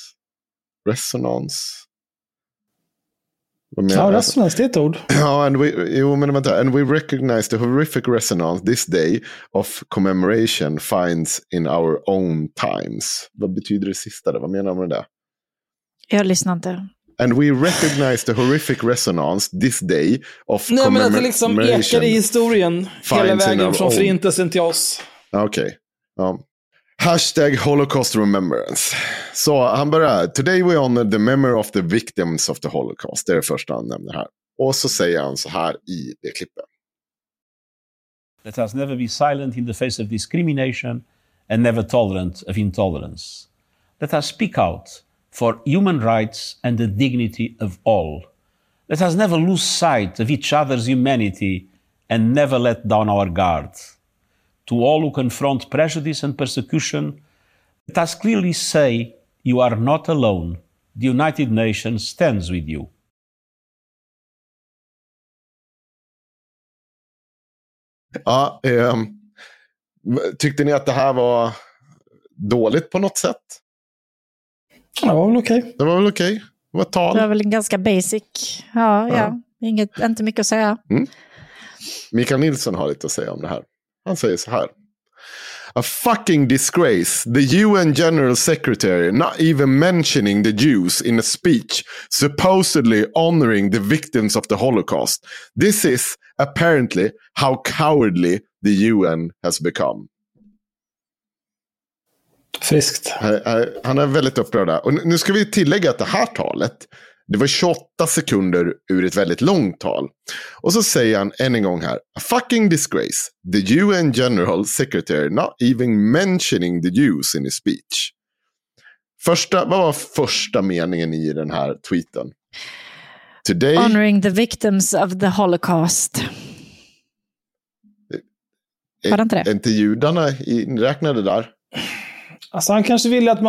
Ja, resonans, det är ett ord. Ja, and we recognize the horrific resonance this day of commemoration finds in our own times. Vad betyder det sista där? Vad menar man med det? Jag lyssnar inte. And we recognize the horrific resonance this day of commemoration. Nej, men att det liksom ekar i historien hela vägen från förintelsen till oss. Okej. Ja. Hashtag Holocaust Remembrance. Så han börjar. Today we honor the memory of the victims of the Holocaust. Det är det första han nämner här. Och så säger han så här i det klippet. Let us never be silent in the face of discrimination and never tolerant of intolerance. Let us speak out for human rights and the dignity of all. Let us never lose sight of each other's humanity and never let down our guard. To all who confront prejudice and persecution, let us clearly say, you are not alone. The United Nations stands with you. Ja, tyckte ni att det här var dåligt på något sätt? Det var väl okej. Det var väl okej. Det var ett tal. Det var väl en ganska basic. Ja. Inte mycket att säga. Mikael Nilsson har lite att säga om det här. Han säger så här. A fucking disgrace. The UN General Secretary not even mentioning the Jews in a speech supposedly honoring the victims of the Holocaust. This is apparently how cowardly the UN has become. Friskt. Han är väldigt upprörd där. Och nu ska vi tillägga att det här talet, det var 28 sekunder ur ett väldigt långt tal. Och så säger han än en gång här. A fucking disgrace. The UN General Secretary not even mentioning the Jews in his speech. Vad var första meningen i den här tweeten? Today... Honoring the victims of the Holocaust. Var det inte det? Är inte judarna inräknade där? Alltså han kanske ville att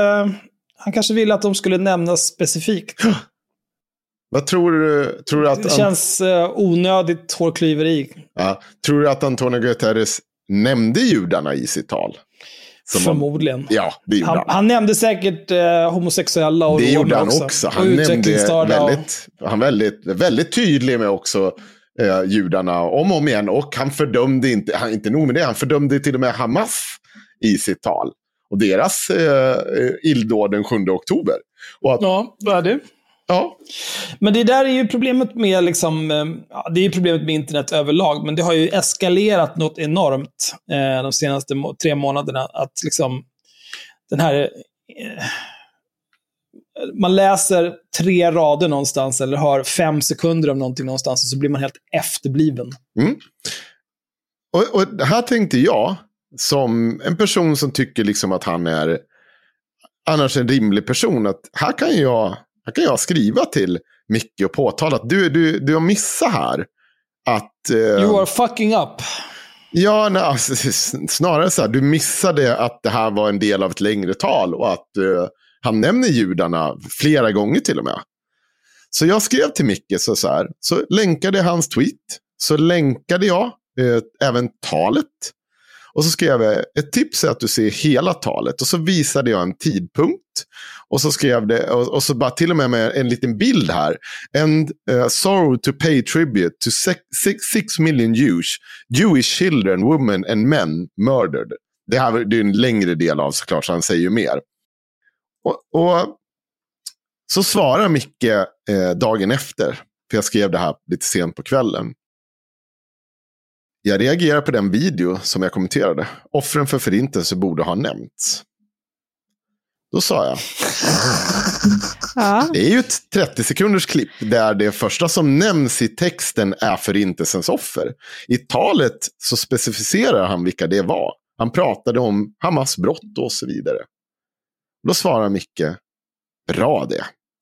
de skulle nämnas specifikt. Vad tror du att... Det känns onödigt hårklyveri. Ja, tror du att Antonio Guterres nämnde judarna i sitt tal? Förmodligen. Ja, det gjorde han nämnde säkert homosexuella och det gjorde han också. Han nämnde väldigt tydlig med också judarna om och om igen. Och han fördömde inte nog med det, han fördömde till och med Hamas i sitt tal. Och deras illdåd den 7 oktober. Och att, ja, vad är det? Ja. Men det där är ju problemet med det är problemet med internet överlag, men det har ju eskalerat något enormt de senaste 3 månaderna, att liksom den här man läser 3 rader någonstans eller har 5 sekunder av någonting någonstans och så blir man helt efterbliven. Och här tänkte jag som en person som tycker liksom att han är annars en rimlig person, att här kan jag skriva till Micke och påtala att du har missat här. Att, you are fucking up. Ja, nej, alltså, snarare så här, du missade att det här var en del av ett längre tal och att han nämner judarna flera gånger till och med. Så jag skrev till Micke så här, så länkade jag hans tweet, så länkade jag även talet. Och så skrev jag ett tips är att du ser hela talet. Och så visade jag en tidpunkt. Och så skrev det, och så bara till och med en liten bild här. And sorrow to pay tribute to 6 million Jewish children, women and men murdered. Det är en längre del av såklart, så han säger ju mer. Och Så svarar Micke dagen efter. För jag skrev det här lite sent på kvällen. Jag reagerar på den video som jag kommenterade. Offren för förintelse borde ha nämnts. Då sa jag. Det är ju ett 30 sekunders klipp där det första som nämns i texten är förintelsens offer. I talet så specificerar han vilka det var. Han pratade om Hamas brott och så vidare. Då svarar Micke, bra det.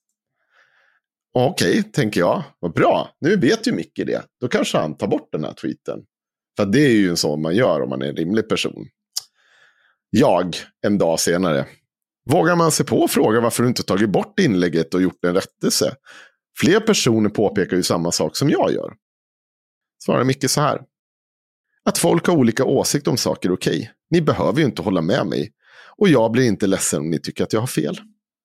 Okej, tänker jag. Vad bra, nu vet ju Micke det. Då kanske han tar bort den här tweeten. För det är ju en sån man gör om man är en rimlig person. Jag, en dag senare. Vågar man sig på och fråga varför du inte tagit bort inlägget och gjort en rättelse? Fler personer påpekar ju samma sak som jag gör. Svarar Micke så här. Att folk har olika åsikter om saker är okej. Ni behöver ju inte hålla med mig. Och jag blir inte ledsen om ni tycker att jag har fel.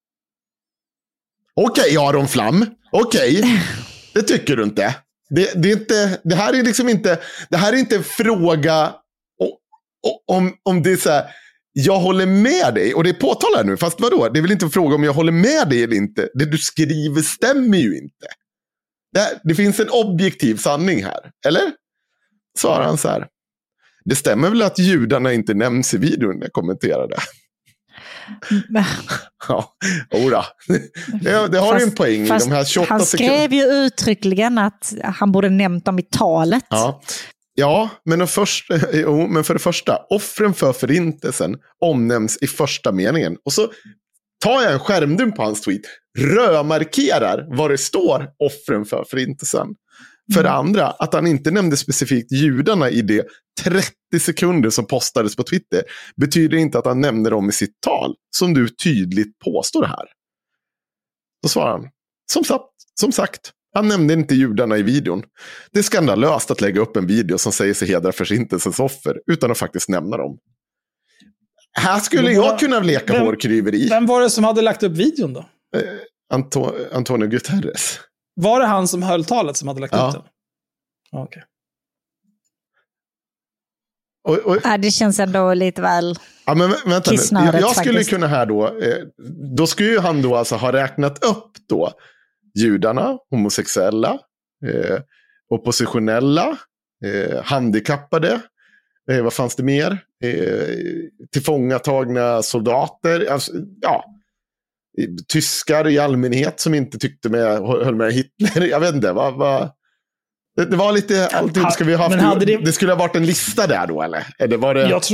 Okej, Aron Flam. Okej. Det tycker du inte. Det är inte. Det här är liksom inte. Det här är inte en fråga om det är så här. Jag håller med dig. Och det är påtalat nu. Fast vadå? Det är väl inte en fråga om jag håller med dig eller inte. Det du skriver stämmer ju inte. Det finns en objektiv sanning här. Eller? Svarar han så här. Det stämmer väl att judarna inte nämns i videon när jag kommenterade. Ja, ora. Det har ju en poäng i de här 28 han skrev ju uttryckligen att han borde nämnt dem i talet. Ja, men för det första, offren för förintelsen omnämns i första meningen. Och så tar jag en skärmdump på hans tweet, rödmarkerar vad det står offren för förintelsen. För det andra, att han inte nämnde specifikt judarna i det 30 sekunder som postades på Twitter betyder inte att han nämner dem i sitt tal, som du tydligt påstår här. Då svarar han, som sagt, han nämnde inte judarna i videon. Det är skandalöst att lägga upp en video som säger sig hedra förintelsens offer utan att faktiskt nämna dem. Här skulle jag kunna leka hårklyveri. Vem var det som hade lagt upp videon då? Antonio Guterres. Var det han som höll talet som hade lagt ut den? Okej. Det känns ändå lite väl vänta nu. Jag skulle kunna här då skulle ju han då alltså ha räknat upp då judarna, homosexuella, oppositionella, handikappade, vad fanns det mer? Tillfångatagna soldater, alltså, tyskar i allmänhet som inte höll med Hitler. Jag vet inte, det var lite allting ska vi ha haft. Det skulle ha varit en lista där då, eller var det? Jag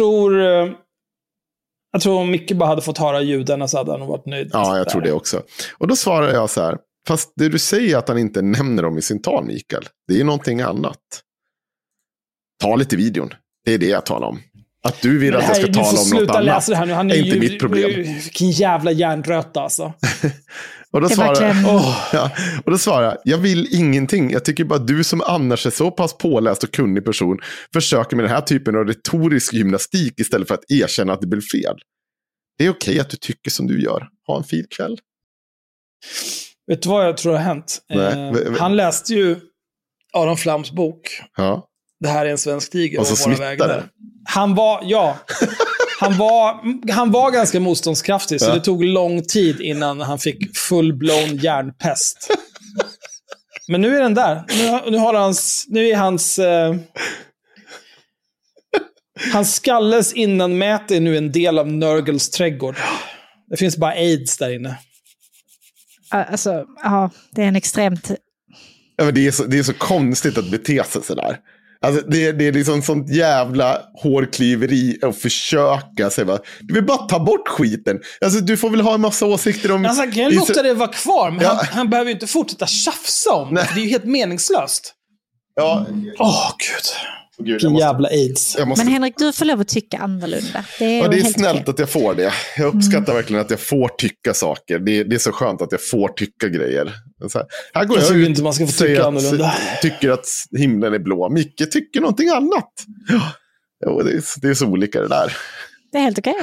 tror om Micke bara hade fått höra judarna så hade han varit nöjd. Ja, jag tror det också. Och då svarar jag så här, fast det du säger att han inte nämner dem i sin tal, Mikael, det är någonting annat. Ta lite videon, det är det jag talar om. Att du vill att jag ska tala om något annat det här nu. Han är inte mitt problem. Vilken jävla hjärnröta alltså. och då svarar jag vill ingenting. Jag tycker bara du som annars är så pass påläst och kunnig person försöker med den här typen av retorisk gymnastik istället för att erkänna att det blir fel. Det är okej att du tycker som du gör. Ha en fin kväll. Vet du vad jag tror har hänt? Han läste ju Aron Flams bok. Ja. Det här är en svensk tiger. Och så smittade. Han var ganska motståndskraftig, så det tog lång tid innan han fick full-blown hjärnpest. Men nu är den där. Nu är hans skalles innanmäte är nu en del av Nörgels trädgård. Det finns bara AIDS där inne. Alltså, ja, det är en extremt... Ja, men det är så konstigt att bete sig sådär. Alltså det är liksom sånt jävla hårklyveri att försöka säga, du vill bara ta bort skiten. Alltså du får väl ha en massa åsikter om... Alltså kan jag låta det vara kvar, men han behöver ju inte fortsätta tjafsa om det. Det är ju helt meningslöst. Ja. Gud, vilken jävla AIDS. Men Henrik, du får lov att tycka annorlunda. Det är snällt att jag får det. Jag uppskattar verkligen att jag får tycka saker. Det är så skönt att jag får tycka grejer. Så här går jag ut inte man ska få tycka annorlunda. Tycker att himlen är blå. Micke tycker någonting annat. Ja, det är så olika det där. Det är helt okej.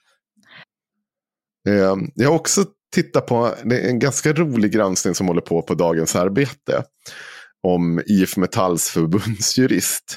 Jag har också tittat på en ganska rolig granskning som håller på Dagens Arbete om IF Metalls förbundsjurist.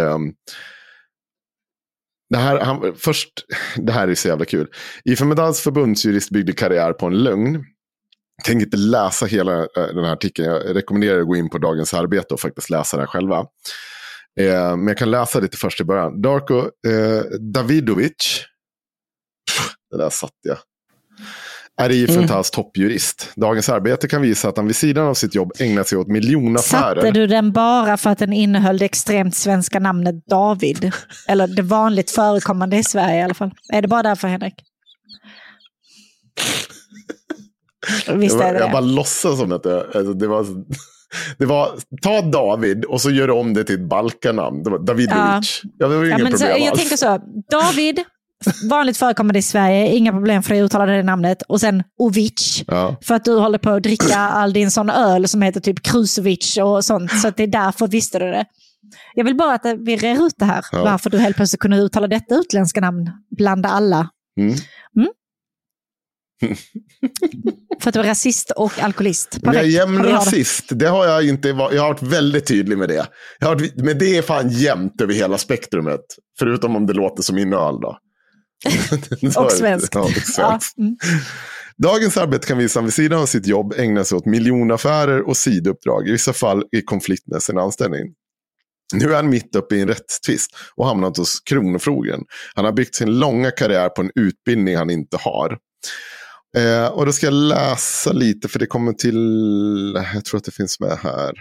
Det här är så jävla kul. IF Metalls förbundsjurist byggde karriär på en lögn. Jag tänker inte läsa hela den här artikeln. Jag rekommenderar att gå in på Dagens Arbete och faktiskt läsa den själva. Men jag kan läsa lite först i början. Darko Davidovic, det där satt jag, är IF Metalls toppjurist. Dagens Arbete kan visa att han vid sidan av sitt jobb ägnar sig åt miljonaffärer. Satte du den bara för att den innehöll det extremt svenska namnet David? Eller det vanligt förekommande i Sverige i alla fall. Är det bara därför, Henrik? Visst är det. Jag bara låtsas som att det var ta David och så gör om det till ett balkanamn. Det var Davidovic. Ja, det var inga problem alls. Jag tänker så, David, vanligt förekommande i Sverige, inga problem för att uttala det namnet. Och sen Ovic, för att du håller på att dricka all din sån öl som heter typ Krusovic och sånt. Så att det är därför visste du det. Jag vill bara att vi rör ut det här. Varför du helt plötsligt kunde uttala detta utländska namn bland alla. För att du är rasist och alkoholist. Jag är jämn rasist. Det har jag inte. Jag har varit väldigt tydlig med det. Men det är fan jämnt över hela spektrumet. Förutom om det låter som min öl då. Och svenskt. Ja, svenskt. Dagens Arbete kan visa att vid sidan av sitt jobb ägnar sig åt miljonaffärer och sidouppdrag. I vissa fall i konflikt med sin anställning. Nu är han mitt uppe i en rättstvist och hamnat hos Kronofogden. Han har byggt sin långa karriär på en utbildning han inte har. Och då ska jag läsa lite, för det kommer till, jag tror att det finns med här.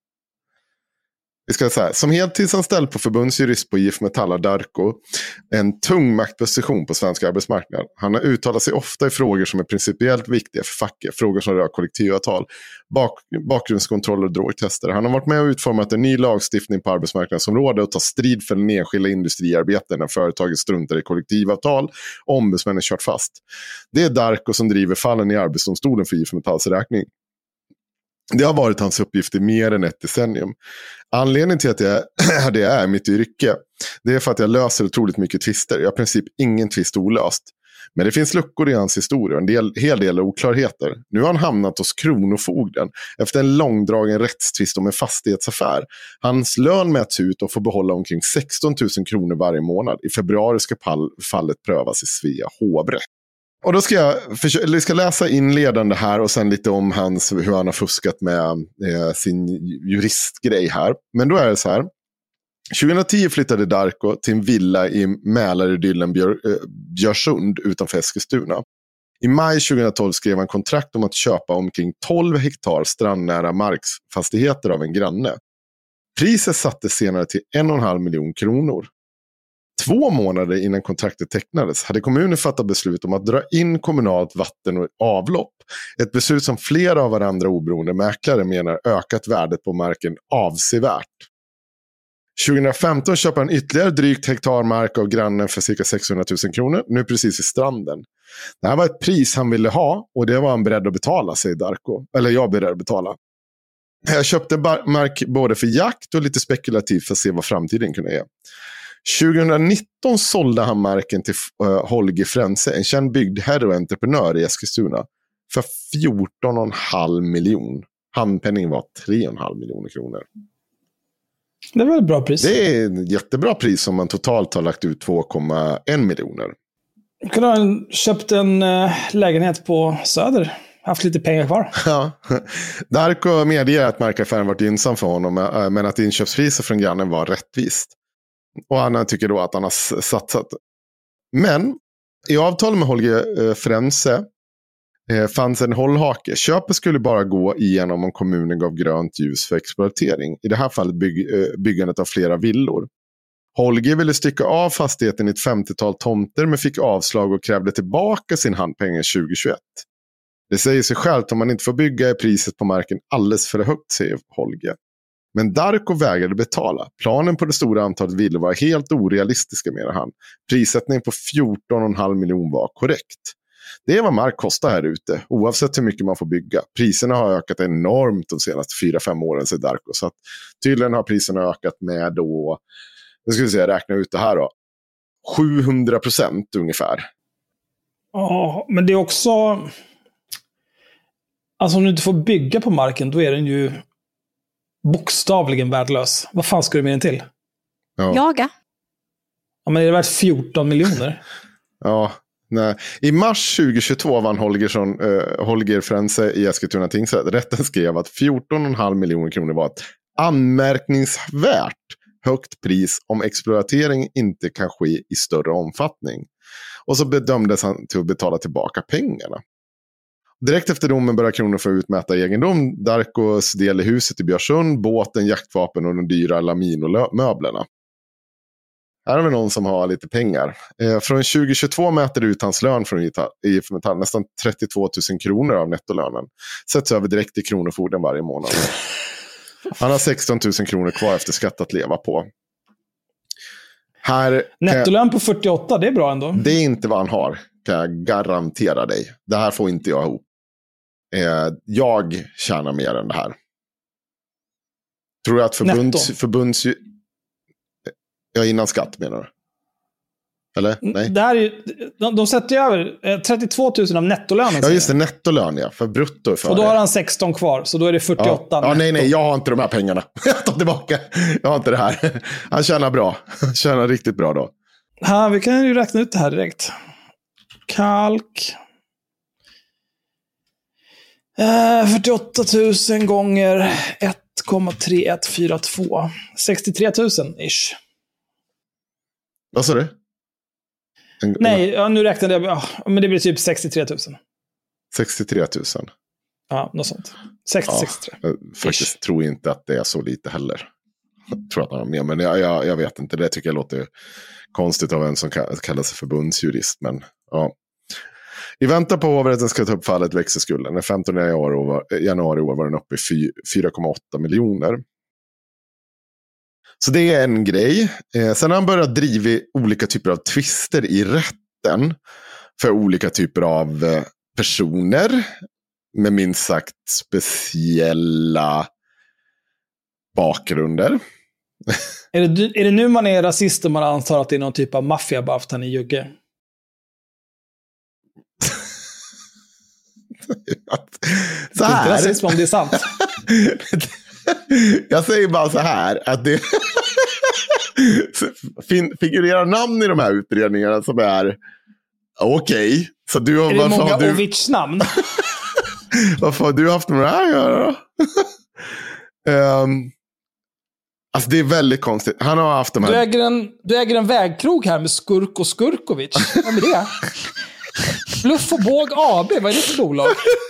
Vi ska säga, som heltidsanställd på förbundsjurist på IF Metall Darko en tung maktposition på svenska arbetsmarknaden. Han har uttalat sig ofta i frågor som är principiellt viktiga för facket, frågor som rör kollektivavtal, bakgrundskontroller och drogtester. Han har varit med och utformat en ny lagstiftning på arbetsmarknadsområdet och tar strid för den enskilda industriarbeten när företaget struntar i kollektivavtal och ombudsmännen kört fast. Det är Darko som driver fallen i arbetsdomstolen för IF Metalls räkning. Det har varit hans uppgift i mer än ett decennium. Anledningen till att det är mitt yrke, det är för att jag löser otroligt mycket tvister. Jag har i princip ingen tvist olöst. Men det finns luckor i hans historia, en hel del oklarheter. Nu har han hamnat hos Kronofogden efter en långdragen rättstvist om en fastighetsaffär. Hans lön mäts ut och får behålla omkring 16 000 kronor varje månad. I februari ska fallet prövas i Svea hovrätt. Och då ska jag ska läsa inledande här och sen lite om hur han har fuskat med sin juristgrej här. Men då är det så här. 2010 flyttade Darko till en villa i Mälaridyllen Björsund utanför Eskilstuna. I maj 2012 skrev han kontrakt om att köpa omkring 12 hektar strandnära markfastigheter av en granne. Priset sattes senare till 1,5 miljon kronor. 2 månader innan kontraktet tecknades hade kommunen fattat beslut om att dra in kommunalt vatten och avlopp. Ett beslut som flera av varandra oberoende mäklare menar ökat värdet på marken avsevärt. 2015 köper han ytterligare drygt hektar mark av grannen för cirka 600 000 kronor, nu precis i stranden. Det här var ett pris han ville ha och det var han beredd att betala, säger Darko. Eller jag är beredd att betala. Jag köpte mark både för jakt och lite spekulativt för att se vad framtiden kunde ge. 2019 sålde han marken till Holger Frense, en känd byggherre och entreprenör i Eskilstuna, för 14,5 miljoner. Handpenning var 3,5 miljoner kronor. Det är väl ett bra pris. Det är ett jättebra pris som man totalt har lagt ut 2,1 miljoner. Kunde ha köpt en lägenhet på Söder. Haft lite pengar kvar. Ja. Darko medger att markaffären varit gynnsam för honom, men att inköpspriset från grannen var rättvist. Och han tycker då att han har satsat. Men i avtal med Holger Frense fanns en hållhake. Köpet skulle bara gå igenom om kommunen gav grönt ljus för exploatering. I det här fallet byggandet av flera villor. Holger ville stycka av fastigheten i ett 50-tal tomter men fick avslag och krävde tillbaka sin handpengar 2021. Det säger sig självt, om man inte får bygga är priset på marken alldeles för högt, säger Holger. Men Darko vägrade betala. Planen på det stora antalet villor var helt orealistiska, menar han. Prissättningen på 14,5 miljoner var korrekt. Det är vad mark kostar här ute, oavsett hur mycket man får bygga. Priserna har ökat enormt de senaste 4-5 åren, säger Darko. Så att tydligen har priserna ökat med då, jag skulle säga, räkna ut det här då, 700% ungefär. Ja, men det är också, alltså om du inte får bygga på marken, då är den ju bokstavligen värdelös. Vad fan ska du med den till? Ja. Jaga. Ja, men är det värt 14 miljoner? Ja, Nej. I mars 2022 vann Holger Frense i Eskilstuna tingsrätt. Rätten skrev att 14,5 miljoner kronor var ett anmärkningsvärt högt pris om exploatering inte kan ske i större omfattning. Och så bedömdes han till att betala tillbaka pengarna. Direkt efter domen började Kronor få utmäta egendom. Darkos del i huset i Björsund, båten, jaktvapen och de dyra Lamino-möblerna. Här har vi någon som har lite pengar. Från 2022 mäter det ut hans lön från IF Metall. Nästan 32 000 kronor av nettolönen. Sätts över direkt till Kronofogden varje månad. Han har 16 000 kronor kvar efter skatt att leva på. Nettolön på 48, det är bra ändå. Det är inte vad han har, kan jag garantera dig. Det här får inte jag ihop. Jag tjänar mer än det här. Tror jag att förbunds ja, innan skatt menar du? Eller? Nej. Det här är, de sätter ju över 32 000 av nettolönen. Ja, just det, nettolön, ja. För brutto. Och då har han 16 kvar, så då är det 48. Ja, nej, jag har inte de här pengarna. Jag tar tillbaka. Jag har inte det här. Han tjänar bra. Han tjänar riktigt bra då. Ja, vi kan ju räkna ut det här direkt. Kalk. 48 000 gånger 1,3142. 63 000 ish. Vad sa du? Nej, ja, nu räknade jag. Ja, men det blir typ 63 000. 63 000? Ja, något sånt. 60-63. Jag faktiskt tror inte att det är så lite heller. Jag tror att han har mer, men jag vet inte. Det tycker jag låter konstigt av en som kallar sig förbundsjurist. Men ja. I väntan på hovrätten ska ta upp fallet växer skulden. Den 15 januari i år var den uppe i 4,8 miljoner. Så det är en grej. Sen har han börjat driva olika typer av tvister i rätten för olika typer av personer med minst sagt speciella bakgrunder. Är det nu man är rasist och man antar att det är någon typ av maffia bara för att han är jugge? Så här. Inte rasism om det är sant. Jag säger bara så här att det figurerar namn i de här utredningarna som är okej. Så du har, är det många Ovich-namn? Varför har du haft med det här att göra? Alltså det är väldigt konstigt. Han har haft de här... Du äger en vägkrog här med Skurk och Skurkovic. Vad är det? Bluff och båg AB, vad är det för bolag?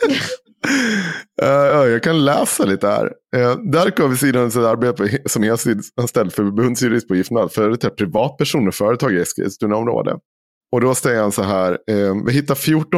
Jag kan läsa lite här. Darko vid sidan av sitt arbete som anställd för förbundsjurist på IF Metall företräder privatpersoner och företag i Eskilstuna-området. Och då säger han så här, vi hittar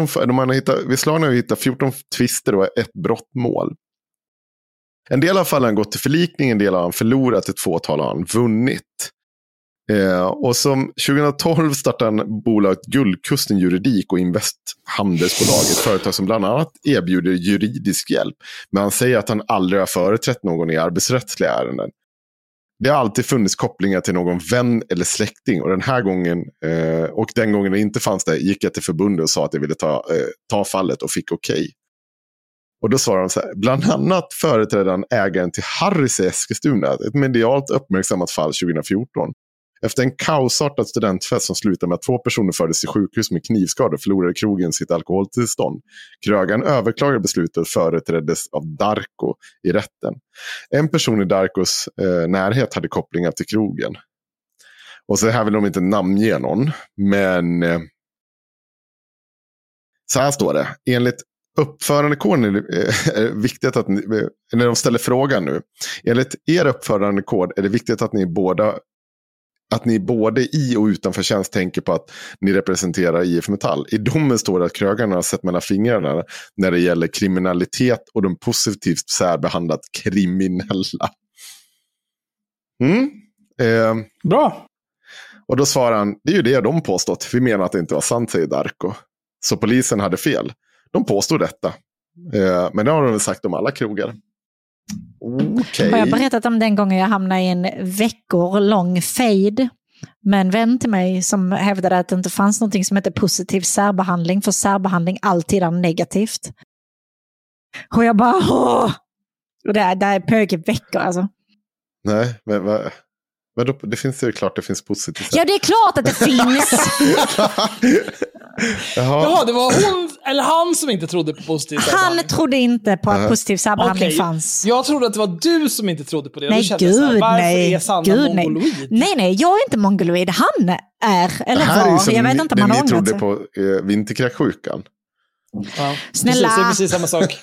14 tvister och ett brottmål. En del av fallen har gått till förlikning, en del har han förlorat, ett fåtal har han vunnit. Och som 2012 startade han bolaget Guldkusten Juridik och Invest Handelsbolag, ett företag som bland annat erbjuder juridisk hjälp. Men han säger att han aldrig har företrätt någon i arbetsrättsliga ärenden. Det har alltid funnits kopplingar till någon vän eller släkting, och den här gången och den gången det inte fanns det gick jag till förbundet och sa att jag ville ta fallet och fick okej. Och då svarade han så här, bland annat företrädde han ägaren till Harrys i Eskilstuna, ett medialt uppmärksammat fall 2014. Efter en kaosartad studentfest som slutade med att 2 personer fördes till sjukhus med knivskador förlorade krogen sitt alkoholtillstånd. Krögaren överklagade beslutet och företräddes av Darko i rätten. En person i Darkos närhet hade kopplingar till krogen. Och så här vill de inte namnge någon, men så här står det. Enligt uppförandekoden är det viktigt att när de ställer frågan nu. Enligt er uppförandekod är det viktigt att ni både i och utanför tjänst tänker på att ni representerar IF Metall. I domen står det att krögarna har sett mellan fingrarna när det gäller kriminalitet och de positivt särbehandlat kriminella. Bra. Och då svarar han, det är ju det de påstått. Vi menar att det inte var sant, säger Darko. Så polisen hade fel. De påstod detta. Men det har de sagt om alla krogar. Okay. Har jag berättat om den gången jag hamnade i en veckorlång fade med en vän till mig som hävdade att det inte fanns någonting som heter positiv särbehandling, för särbehandling alltid är negativt. Och jag bara, åh! Och det är pög i veckor alltså. Nej, men Men det finns ju klart, det finns positivt. Ja, det är klart att det finns. Jaha, det var hon eller han som inte trodde på positiv särbehandling. Han trodde inte på att positiv särbehandling fanns. Jag trodde att det var du som inte trodde på det. Nej, gud, varför är Sanna mongoloid? Nej, jag är inte mongoloid. Han är, eller var. Jag vet inte om han har ångrat sig. Ni trodde på vinterkräksjukan. Ja, snälla. Precis, det är precis samma sak.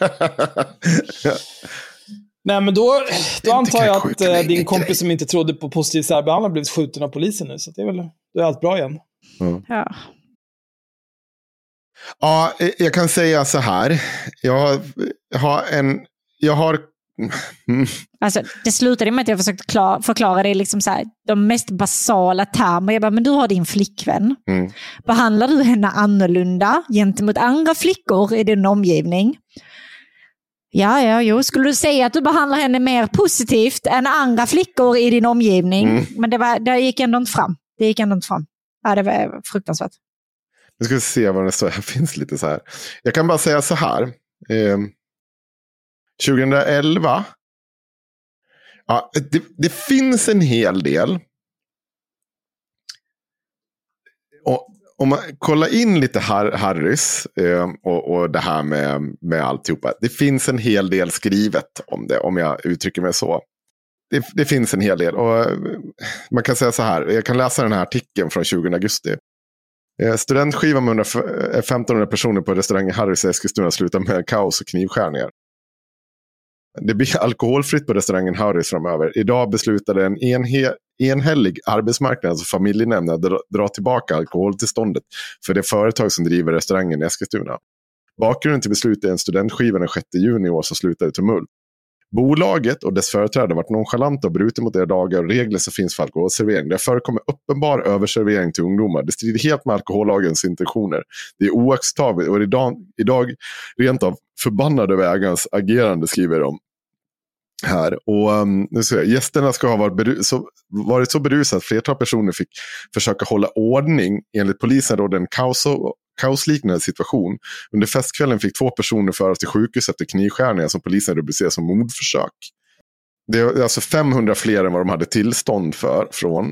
Nej, men då antar jag att din kompis som inte trodde på positiv särbehandling har blivit skjuten av polisen nu. Så det är väl, då är allt bra igen. Ja. Ja, jag kan säga så här. Alltså, det slutade med att jag försökte förklara det liksom så här, de mest basala termer. Jag bara, men du har din flickvän. Behandlar du henne annorlunda gentemot andra flickor i din omgivning? Ja, skulle du säga att du behandlar henne mer positivt än andra flickor i din omgivning? Men det gick ändå inte fram. Ja, det var fruktansvärt. Nu ska vi se vad det står. Här finns lite så här. Jag kan bara säga så här. 2011. Ja, det finns en hel del. Och om man kollar in lite Harrys och det här med alltihopa. Det finns en hel del skrivet om det, om jag uttrycker mig så. Det finns en hel del. Och man kan säga så här. Jag kan läsa den här artikeln från 20 augusti. Studentskiva med 1500 personer på restaurangen Harrys i Eskilstuna slutar med kaos och knivskärningar. Det blir alkoholfritt på restaurangen Harrys framöver. Idag beslutade en enhällig arbetsmarknad, alltså familjenämnden, att dra tillbaka alkoholtillståndet för det företag som driver restaurangen i Eskilstuna. Bakgrunden till beslutet är en studentskiva den 6 juni i år som slutade tumult. Bolaget och dess företrädare har varit nonchalanta och brutit mot de lagar och regler som finns för alkoholservering. Det förekommer uppenbar överservering till ungdomar. Det strider helt med alkohollagens intentioner. Det är oacceptabelt och idag rent av förbannade över ägarens agerande, skriver de här. Och nu ser jag, gästerna ska ha varit så berusade att flertal personer fick försöka hålla ordning. Enligt polisen rådde en kaosliknande situation. Under festkvällen fick 2 personer föras till sjukhus efter knivskärningar som polisen rubricerar som mordförsök. Det är alltså 500 fler än vad de hade tillstånd för.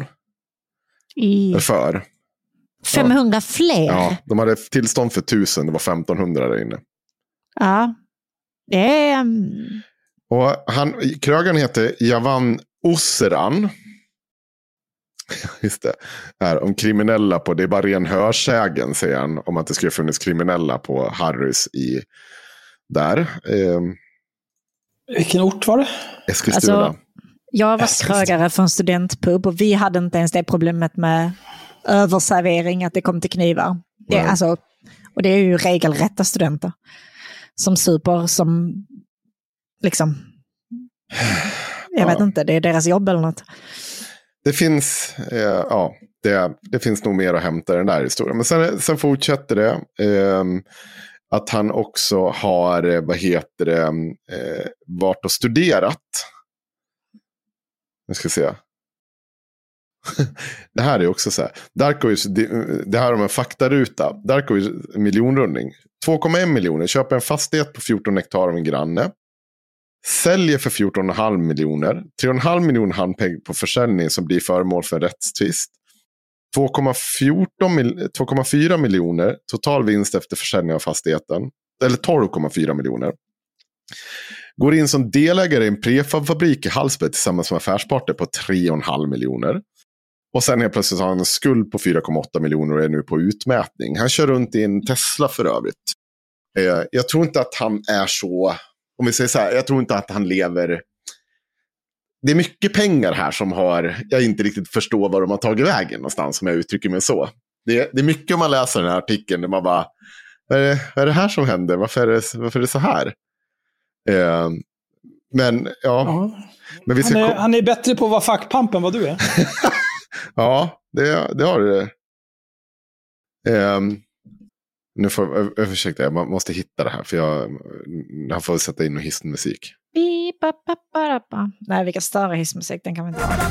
500 fler? Ja, de hade tillstånd för 1000, det var 1500 där inne. Ja, det är... Och krögaren heter Javan Osseran. Just det. Här, om kriminella på, det är bara ren hörsägen, säger han, om att det skulle funnits kriminella på Harrys där. Vilken ort var det? Eskilstuna. Alltså, jag var krögare för en studentpub och vi hade inte ens det problemet med överservering, att det kom till knivar. Och det är ju regelrätta studenter som super, som liksom, jag vet inte, det är deras jobb eller något. Det finns, det finns nog mer att hämta i den där historien. Men sen fortsätter det att han också har, varit och studerat. Nu ska vi se. Det här är också så här. Darkovic, det här om en faktaruta. Darkovic miljonrundning. 2,1 miljoner. Köper en fastighet på 14 hektar av en granne. Säljer för 14,5 miljoner. 3,5 miljoner handpeng på försäljning som blir föremål för en rättstvist. 2,4 miljoner total vinst efter försäljning av fastigheten. Eller 12,4 miljoner. Går in som delägare i en prefabfabrik i Hallsberg tillsammans med affärspartner på 3,5 miljoner. Och sen helt plötsligt har han en skuld på 4,8 miljoner och är nu på utmätning. Han kör runt i en Tesla för övrigt. Jag tror inte att han är så... Om vi säger så här, jag tror inte att han lever... Det är mycket pengar här som jag inte riktigt förstår var de har tagit vägen någonstans, om jag uttrycker mig så. Det är mycket om man läser den här artikeln där man bara... Vad är det här som händer? Varför är det så här? Men ja. Men vi ska han är bättre på att vara fackpamp än vad du är. Ja, det har du. Nu får jag försöka, jag måste hitta det här, för jag får sätta in hissmusik. Nej, vilka större hissmusik, den kan vi inte ha.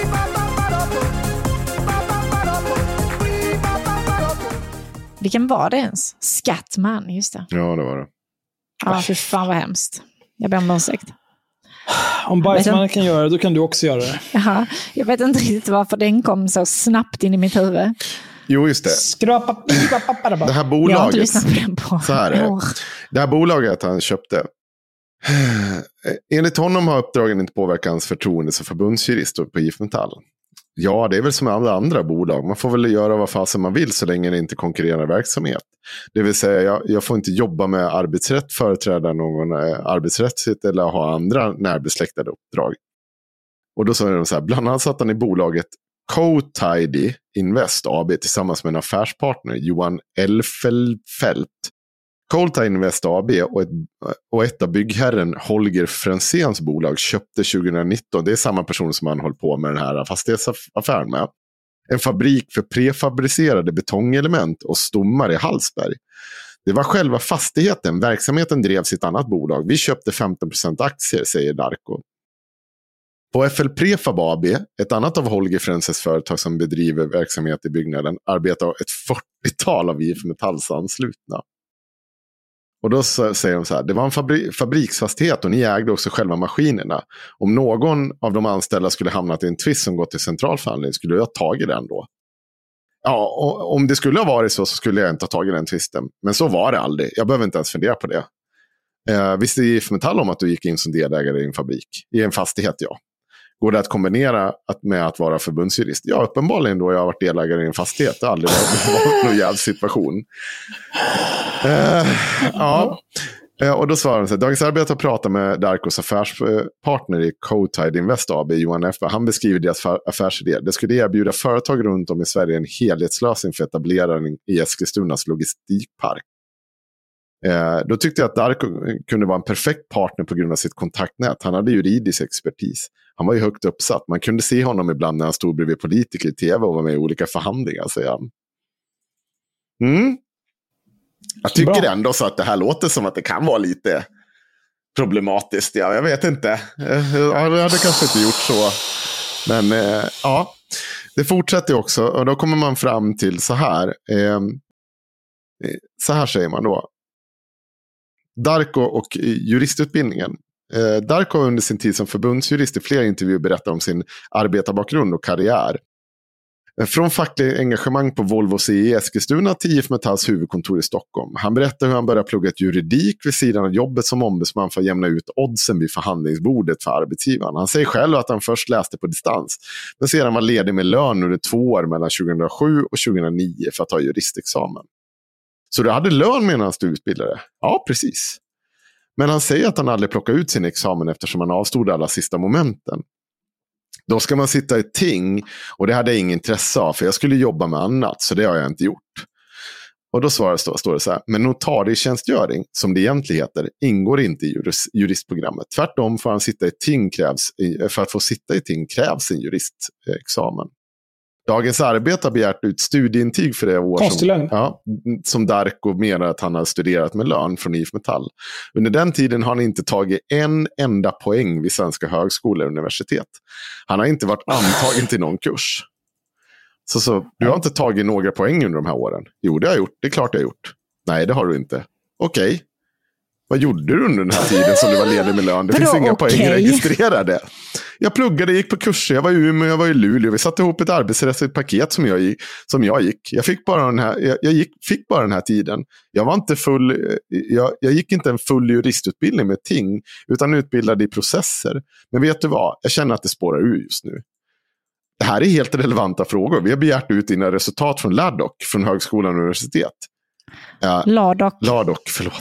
Vilken var det ens? Scatman, just det. Ja, det var det. Ja, för fan vad hemskt. Jag ber om ursäkt. Om bajsmannen kan göra det, då kan du också göra det. Jaha, jag vet inte riktigt varför den kom så snabbt in i mitt huvud. Jo, just det. Det här bolaget. Jag har inte lyssnat på den på så här är. Det här bolaget han köpte. Enligt honom har uppdragen inte påverkat hans förtroende som förbundsjurist på IF Metall. Ja, det är väl som alla andra bolag. Man får väl göra vad fasen man vill så länge det inte konkurrerar verksamhet. Det vill säga, jag får inte jobba med arbetsrätt, företräda någon arbetsrättsligt eller ha andra närbesläktade uppdrag. Och då sa de så här, bland annat satt han i bolaget Co-Tidy Invest AB tillsammans med en affärspartner, Johan Elfeldt. Co-Tidy Invest AB och ett av byggherren Holger Franzéns bolag köpte 2019, det är samma person som han håller på med den här fastighetsaffären med, en fabrik för prefabricerade betongelement och stommar i Hallsberg. Det var själva fastigheten, verksamheten drev sitt annat bolag. Vi köpte 15% aktier, säger Darko. På FL Prefab AB, ett annat av Holger Franzéns företag som bedriver verksamhet i byggnaden, arbetar ett 40-tal av IF Metalls anslutna. Och då säger de så här, det var en fabriksfastighet och ni ägde också själva maskinerna. Om någon av de anställda skulle hamnat i en tvist som gått till centralförhandling skulle jag ha tagit den då. Ja, och om det skulle ha varit så skulle jag inte ha tagit den tvisten. Men så var det aldrig. Jag behöver inte ens fundera på det. Visste IF Metall om att du gick in som delägare i en fabrik? I en fastighet, ja. Går det att kombinera med att vara förbundsjurist? Ja, uppenbarligen då jag har varit delägare i en fastighet. Det har aldrig varit någon jävla situation. Ja. Och då svarar han så här, Dagens Arbete har pratat med Darkos affärspartner i Co-Tidy Invest AB, Johan F. Han beskriver deras affärsidé. Det skulle erbjuda företag runt om i Sverige en helhetslösning för etablering i Eskilstunas logistikpark. Då tyckte jag att Darko kunde vara en perfekt partner på grund av sitt kontaktnät. Han hade juridisk expertis. Han var ju högt uppsatt. Man kunde se honom ibland när han stod bredvid politiker i tv och var med i olika förhandlingar, säger han. Jag tycker ändå så att det här låter som att det kan vara lite problematiskt. Ja, jag vet inte. Jag hade kanske inte gjort så. Men ja, det fortsätter också. Och då kommer man fram till så här. Så här säger man då. Darko och juristutbildningen. Darko under sin tid som förbundsjurist i flera intervjuer berättar om sin arbetarbakgrund och karriär. Från facklig engagemang på Volvo CE i Eskilstuna till IF Metalls huvudkontor i Stockholm. Han berättar hur han började plugga juridik vid sidan av jobbet som ombudsman för att jämna ut oddsen vid förhandlingsbordet för arbetsgivaren. Han säger själv att han först läste på distans, men sedan var ledig med lön under 2 år mellan 2007 och 2009 för att ta juristexamen. Så du hade lön medan du utbildade? Ja, precis. Men han säger att han aldrig plockade ut sin examen eftersom han avstod alla sista momenten. Då ska man sitta i ting och det hade jag ingen intresse av för jag skulle jobba med annat så det har jag inte gjort. Och då står det så här, men notarietjänstgöring som det egentligen heter ingår inte i juristprogrammet. Tvärtom får han sitta i ting för att få sitta i ting krävs en juristexamen. Dagens Arbete har begärt ut studieintyg för det år som Darko menar att han har studerat med lön från IF Metall. Under den tiden har han inte tagit en enda poäng vid svenska högskolor och universitet. Han har inte varit antagen till någon kurs. Så du har inte tagit några poäng under de här åren? Jo, det har jag gjort. Det är klart jag har gjort. Nej, det har du inte. Okej. Vad gjorde du under den här tiden som du var ledig med lön? Det finns inga poäng registrerade. Jag pluggade, gick på kurser, jag var i Umeå, jag var i Luleå. Vi satte ihop ett arbetsrättsligt paket som jag gick. Jag fick bara den här tiden. Jag var inte jag gick inte en full juristutbildning med ting, utan utbildad i processer. Men vet du vad? Jag känner att det spårar ur just nu. Det här är helt relevanta frågor. Vi har begärt ut dina resultat från LADOK, från högskolan och universitet. LADOK, förlåt.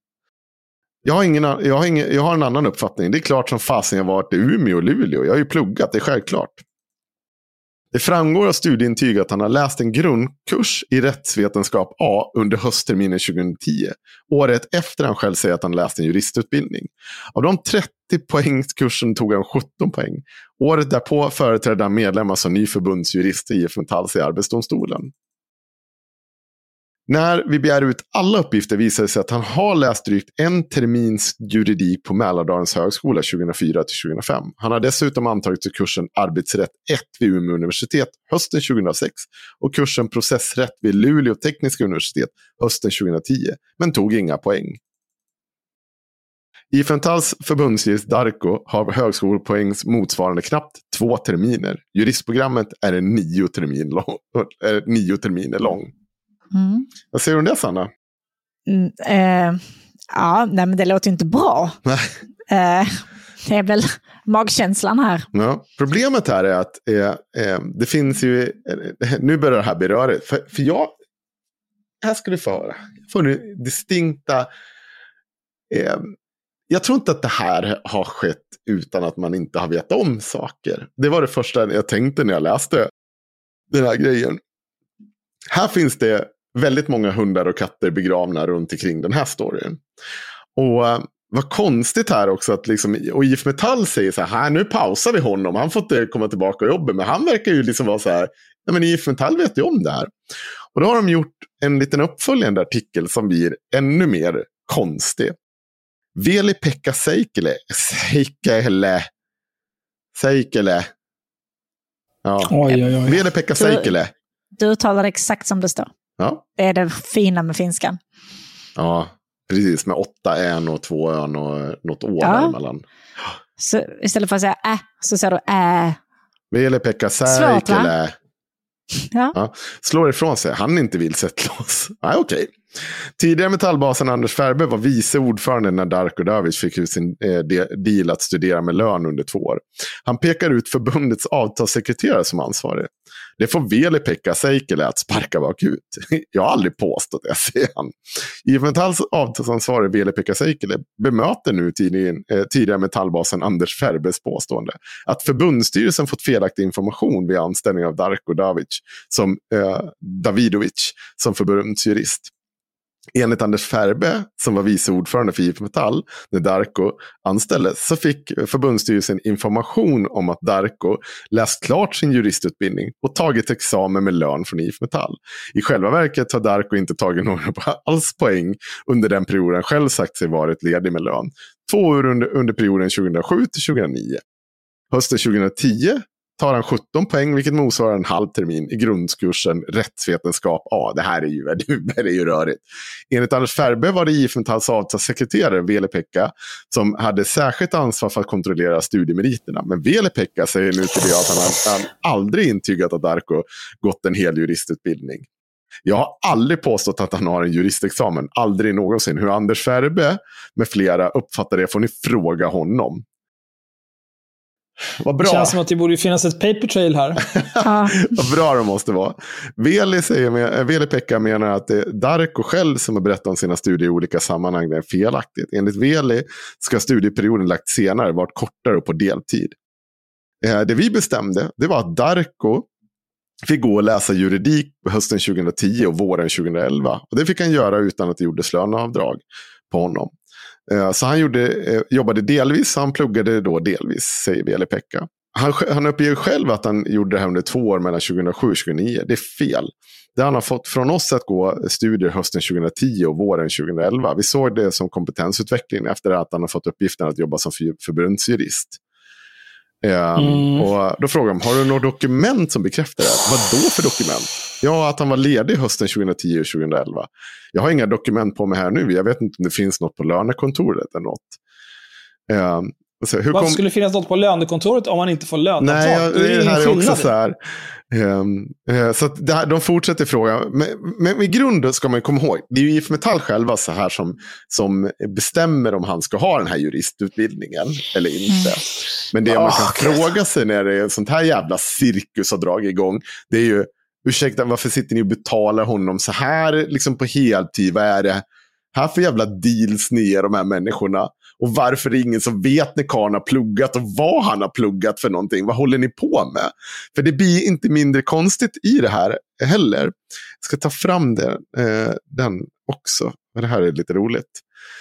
Jag har en annan uppfattning. Det är klart som fasen jag varit i Umeå och Luleå. Jag har ju pluggat, det är självklart. Det framgår av studieintyg att han har läst en grundkurs i rättsvetenskap A under höstterminen 2010. Året efter han själv säger att han läst en juristutbildning. Av de 30 poängskursen tog han 17 poäng. Året därpå företrädde han medlemmar som ny förbundsjurist i IF Metalls i Arbetsdomstolen. När vi begär ut alla uppgifter visar det sig att han har läst drygt en termins juridik på Mälardalens högskola 2004-2005. Han har dessutom antagit till kursen Arbetsrätt 1 vid Umeå universitet hösten 2006 och kursen Processrätt vid Luleå tekniska universitet hösten 2010, men tog inga poäng. IF Metalls förbundsjurist Darko har högskolepoängs motsvarande knappt 2 terminer. Juristprogrammet är 9 terminer lång. Vad säger du om det, Sanna? Ja, nej, men det låter inte bra. Det är väl magkänslan här. Ja, problemet här är att det finns ju... Nu börjar det här bli rörigt. För jag... Här ska du få höra. Jag får nu distinkta... Jag tror inte att det här har skett utan att man inte har vetat om saker. Det var det första jag tänkte när jag läste den här grejen. Här finns det väldigt många hundar och katter begravna runt omkring den här storyn. Och vad konstigt här också att liksom, och IF Metall säger så här, nu pausar vi honom, han får inte komma tillbaka och jobba, men han verkar ju liksom vara så här, nej men IF Metall vet ju om det här. Och då har de gjort en liten uppföljande artikel som blir ännu mer konstig. Veli-Pekka Seikele. Ja. Oj. Veli-Pekka Seikele. Du uttalar det exakt som det står. Ja. Det är det fina med finskan. Ja, precis. Med 8 än och 2 ön och något år däremellan. Så istället för att säga så säger du Veli-Pekka Seikele. Ja. Slår ifrån sig. Han inte vill sätta loss. Nej, okej. Tidigare metallbasen Anders Färbe var vice ordförande när Darko Davic fick ut sin deal att studera med lön under 2 år. Han pekar ut förbundets avtalssekreterare som ansvarig. Det får Veli-Pekka Seikele att sparka bakut. Jag har aldrig påstått det, säger han. IF Metalls avtalsansvarig Veli-Pekka Seikele bemöter nu tidigare metallbasen Anders Färbes påstående att förbundsstyrelsen fått felaktig information vid anställning av Darko Davidovic som förbundsjurist. Enligt Anders Färbe, som var vice ordförande för IF Metall när Darko anställdes, så fick förbundsstyrelsen information om att Darko läst klart sin juristutbildning och tagit examen med lön från IF Metall. I själva verket har Darko inte tagit några alls poäng under den perioden själv sagt sig varit ledig med lön. 2 år under perioden 2007 till 2009. Hösten 2010 tar han 17 poäng, vilket motsvarar en halv termin i grundkursen rättsvetenskap A. Det här är ju rörigt. Enligt Anders Färbe var det IF Metalls avtalssekreterare Veli-Pekka som hade särskilt ansvar för att kontrollera studiemeriterna. Men Veli-Pekka säger nu till det att han aldrig intygat att Darko gått en hel juristutbildning. Jag har aldrig påstått att han har en juristexamen. Aldrig någonsin. Hur Anders Färbe med flera uppfattar det får ni fråga honom. Vad bra. Det känns som att det borde finnas ett paper trail här. Vad bra det måste vara. Veli-Pekka menar att det är Darko själv som har berättat om sina studier i olika sammanhang. Det är felaktigt. Enligt Veli ska studieperioden lagt senare varit kortare och på deltid. Det vi bestämde, det var att Darko fick gå och läsa juridik hösten 2010 och våren 2011. Och det fick han göra utan att det gjordes löneavdrag på honom. Så han jobbade delvis, han pluggade då delvis, säger Veli-Pekka. Han uppger själv att han gjorde det här under 2 år mellan 2007 och 2009. Det är fel. Det han har fått från oss att gå studier hösten 2010 och våren 2011. Vi såg det som kompetensutveckling efter att han har fått uppgiften att jobba som förbundsjurist. Och då frågar de, har du något dokument som bekräftar det? Vad då för dokument? Ja, att han var ledig hösten 2010 och 2011. Jag har inga dokument på mig här nu. Jag vet inte om det finns något på lönekontoret eller något. Varför skulle det finnas något på lönekontoret om man inte får lön? Nej, det här är också så här. Så att de fortsätter fråga. Men i grunden ska man komma ihåg, det är ju IF Metall själva så här som bestämmer om han ska ha den här juristutbildningen eller inte. Men det man kan fråga sig när det är sånt här jävla cirkus har dragit igång, det är ju, ursäkta, varför sitter ni och betalar honom så här liksom på heltid? Vad är det här för jävla deals ni är, de här människorna? Och varför är det ingen som vet när Karn har pluggat och vad han har pluggat för någonting? Vad håller ni på med? För det blir inte mindre konstigt i det här heller. Jag ska ta fram den också. Det här är lite roligt.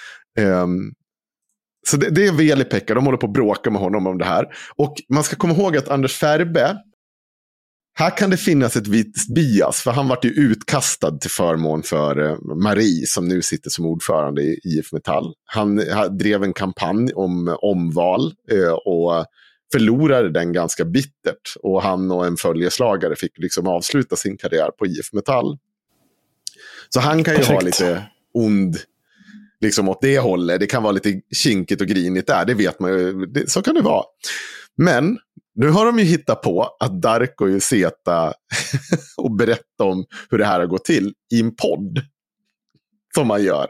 Så det är Veli-Pekka. De håller på att bråka med honom om det här. Och man ska komma ihåg att Anders Färbe, här kan det finnas ett vitt bias, för han var ju utkastad till förmån för Marie som nu sitter som ordförande i IF Metall. Han drev en kampanj om omval och förlorade den ganska bittert. Och han och en följeslagare fick liksom avsluta sin karriär på IF Metall. Så han kan ju ha lite ond liksom åt det hållet. Det kan vara lite kinkigt och grinigt där, det vet man ju. Så kan det vara. Men nu har de ju hittat på att Darko och Zeta och berätta om hur det här har gått till i en podd som man gör.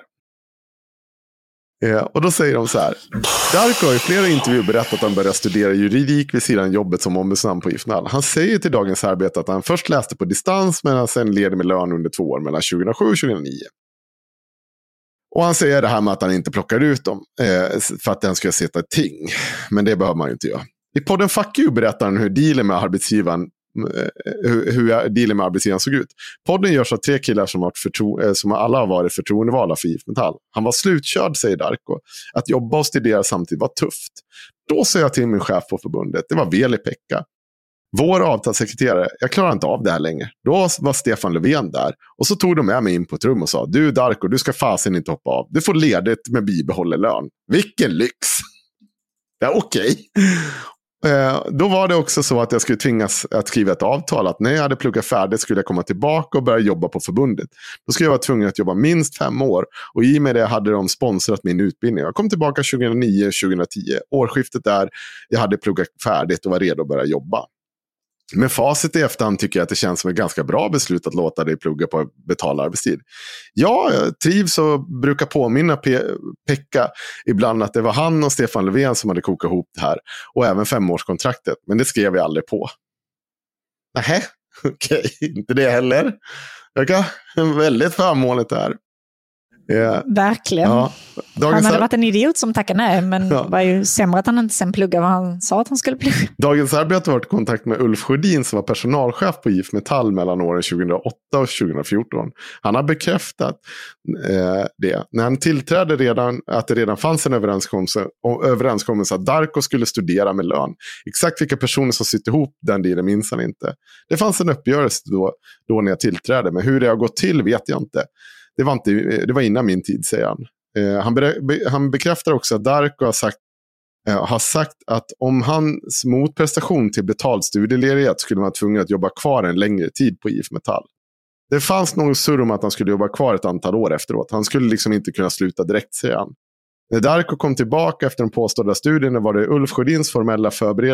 Och då säger de så här: Darko har i flera intervjuer berättat att han började studera juridik vid sidan jobbet som ombudsman på IF Metall. Han säger till Dagens Arbete att han först läste på distans men han sen led med lön under 2 år mellan 2007 och 2009. Och han säger det här med att han inte plockar ut dem för att den ska sätta ett ting. Men det behöver man ju inte göra. I podden Fuck You berättar han hur dealen med arbetsgivaren såg ut. Podden görs av 3 killar som alla har varit förtroendevalda för IF Metall. Han var slutkörd, säger Darko. Att jobba och studera samtidigt var tufft. Då sa jag till min chef på förbundet, det var Veli-Pekka, vår avtalssekreterare, jag klarar inte av det här längre. Då var Stefan Löfven där. Och så tog de med mig in på ett rum och sa, du Darko, du ska fasen inte hoppa av. Du får ledigt med bibehållen lön. Vilken lyx! Ja, okej. Då var det också så att jag skulle tvingas att skriva ett avtal att när jag hade pluggat färdigt skulle jag komma tillbaka och börja jobba på förbundet. Då skulle jag vara tvungen att jobba minst 5 år och i och med det hade de sponsrat min utbildning. Jag kom tillbaka 2009-2010, årsskiftet där jag hade pluggat färdigt och var redo att börja jobba. Men facit i efterhand tycker jag att det känns som ett ganska bra beslut att låta dig plugga på betald arbetstid. Ja, jag trivs och brukar påminna Pekka ibland att det var han och Stefan Löfven som hade kokat ihop det här. Och även 5-årskontraktet. Men det skrev vi aldrig på. Nähä, okej, inte det heller. Väldigt förmånligt där. Verkligen. Ja. Han hade varit en idiot som tackade nej, men det var ju sämre att han inte sen pluggade vad han sa att han skulle plugga. Dagens Arbete har varit i kontakt med Ulf Sjödin som var personalchef på IF Metall mellan åren 2008 och 2014. Han har bekräftat det. När han tillträdde att det redan fanns en överenskommelse att Darko skulle studera med lön. Exakt vilka personer som sitter ihop den dealen minns han inte. Det fanns en uppgörelse då när jag tillträdde, men hur det har gått till vet jag inte. Det var innan min tid, säger han. Han bekräftar också att Darko har sagt att om hans motprestation till betald studieledighet skulle man tvungen att jobba kvar en längre tid på IF Metall. Det fanns någon surr om att han skulle jobba kvar ett antal år efteråt. Han skulle liksom inte kunna sluta direkt, säger han. När Darko kom tillbaka efter den påstådda studien var det Ulf Sjödins formellt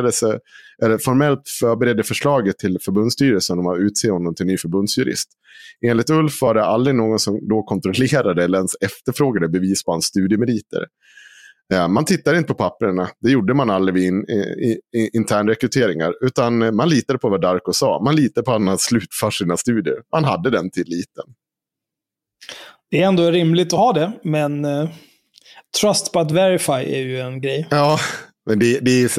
förberedde förslaget till förbundsstyrelsen om att utse honom till ny förbundsjurist. Enligt Ulf var det aldrig någon som då kontrollerade eller ens efterfrågade bevis på hans studiemeriter. Man tittade inte på papperna, det gjorde man aldrig vid internrekryteringar, utan man litade på vad Darko sa. Man litade på att han hade slutfört sina studier. Man hade den tilliten. Det är ändå rimligt att ha det, men trust but verify är ju en grej. Ja, men det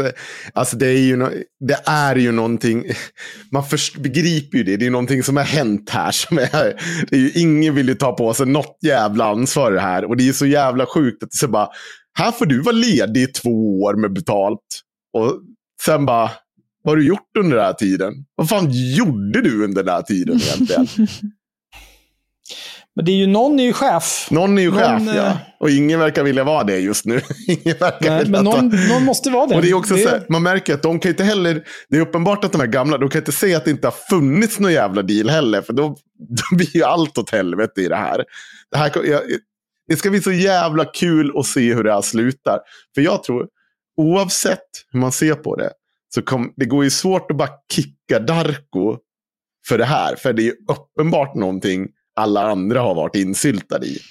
är ju någonting, man begriper ju det. Det är någonting som har hänt här som det är ju, ingen vill ju ta på sig något jävla ansvar det här. Och det är så jävla sjukt att det så bara, här får du vara ledig i 2 år med betalt. Och sen bara, vad har du gjort under den här tiden? Vad fan gjorde du under den här tiden egentligen? Men det är ju någon är ju chef. Någon är ju chef, ja. Och ingen verkar vilja vara det just nu. Ingen verkar men någon måste vara det. Och det är också så här, man märker att de kan inte heller, det är uppenbart att de här gamla, de kan inte säga att det inte har funnits någon jävla deal heller. För då blir ju allt åt helvete i det här. Det ska bli så jävla kul att se hur det här slutar. För jag tror, oavsett hur man ser på det, så det går ju svårt att bara kicka Darko för det här. För det är ju uppenbart någonting alla andra har varit insyltade i.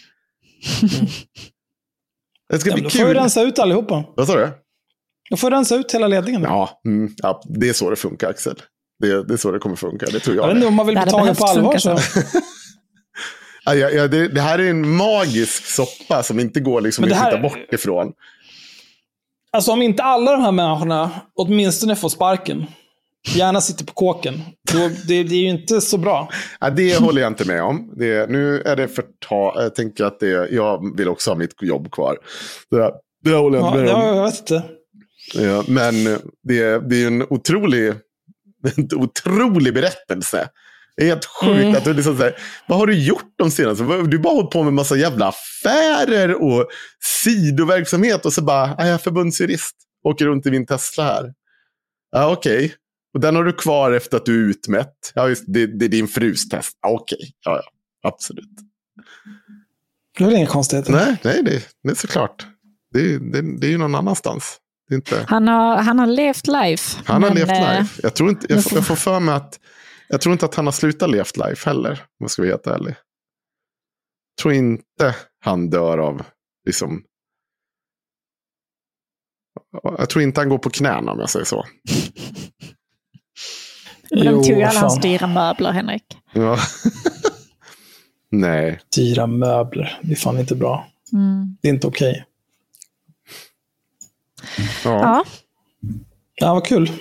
Det ska bli kul. Då får vi rensa ut allihopa. Vad sa du? Då får rensa ut hela ledningen. Ja, det är så det funkar, Axel. Det är så det kommer funka, det tror jag. Jag vet inte om man vill bli tagen på allvar så. Det här är en magisk soppa som inte går liksom att titta bort ifrån. Alltså om inte alla de här människorna åtminstone får sparken, gärna sitter på kåken, det är ju inte så bra. Ja, det håller jag inte med om. Nu är det jag tänker att jag vill också ha mitt jobb kvar. Det håller jag inte med om. Ja, jag vet inte. Ja, men det är en otrolig berättelse. Det är helt sjukt att du liksom säger, vad har du gjort de senaste? Du bara hållit på med massa jävla affärer och sidoverksamhet och så bara, jag är förbundsjurist. Åker runt i min Tesla här. Ja, okej. Och den har du kvar efter att du är utmätt. Ja, just det är din frus test. Ja, okej. Ja, absolut. Det är väl inga konstigheter? Nej, det är såklart. Det är ju någon annanstans. Det är inte... Han har levt life. Han har levt life. Jag tror inte, jag får för mig att jag tror inte att han har slutat levt life heller, om jag ska vara helt ärlig. Jag tror inte han dör av liksom... Jag tror inte han går på knäna, om jag säger så. Men de tog ju alla hans dyra möbler, Henrik. Ja. Nej. Dyra möbler, det är fan inte bra. Det är inte okej. Ja. Ja, vad kul.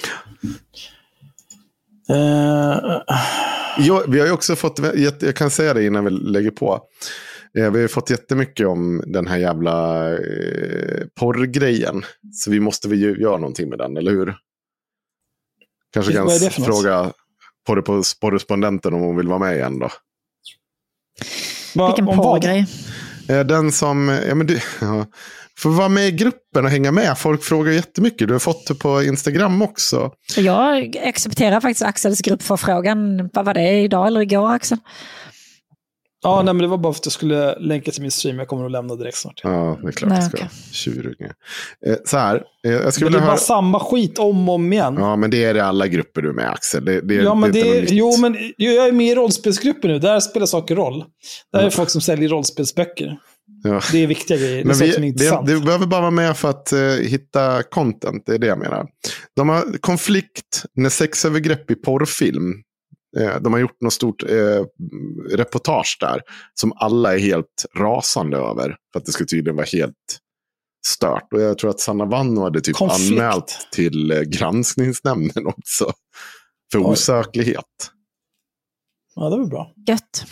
Vi har ju också fått, jag kan säga det innan vi lägger på. Vi har fått jättemycket om den här jävla porrgrejen. Så vi måste väl göra någonting med den, eller hur? Kanske kan fråga porrespondenten om hon vill vara med igen då. Vilken porrgrej? Den som... Får vara med i gruppen och hänga med. Folk frågar jättemycket. Du har fått det på Instagram också. Jag accepterar faktiskt Axels gruppförfrågan. Vad var det, idag eller igår, Axel? Ja, nej, men det var bara för att jag skulle länka till min stream. Jag kommer att lämna direkt snart. Ja, det är klart jag ska. Okay. Tjurunge. Så här. Jag skulle men det är bara samma skit om och om igen. Ja, men det är det alla grupper du är med, Axel. Men jag är med i rollspelsgrupper nu. Där spelar saker roll. Där är folk som säljer rollspelsböcker. Ja. Det är viktiga grejer. Du behöver bara vara med för att hitta content. Det är det jag menar. De har konflikt med sexövergrepp i porrfilm. De har gjort något stort reportage där som alla är helt rasande över, för att det skulle tydligen vara helt stört. Och jag tror att Sanna Vanno hade typ anmält till granskningsnämnden också för osöklighet. Ja, det var bra. Gött.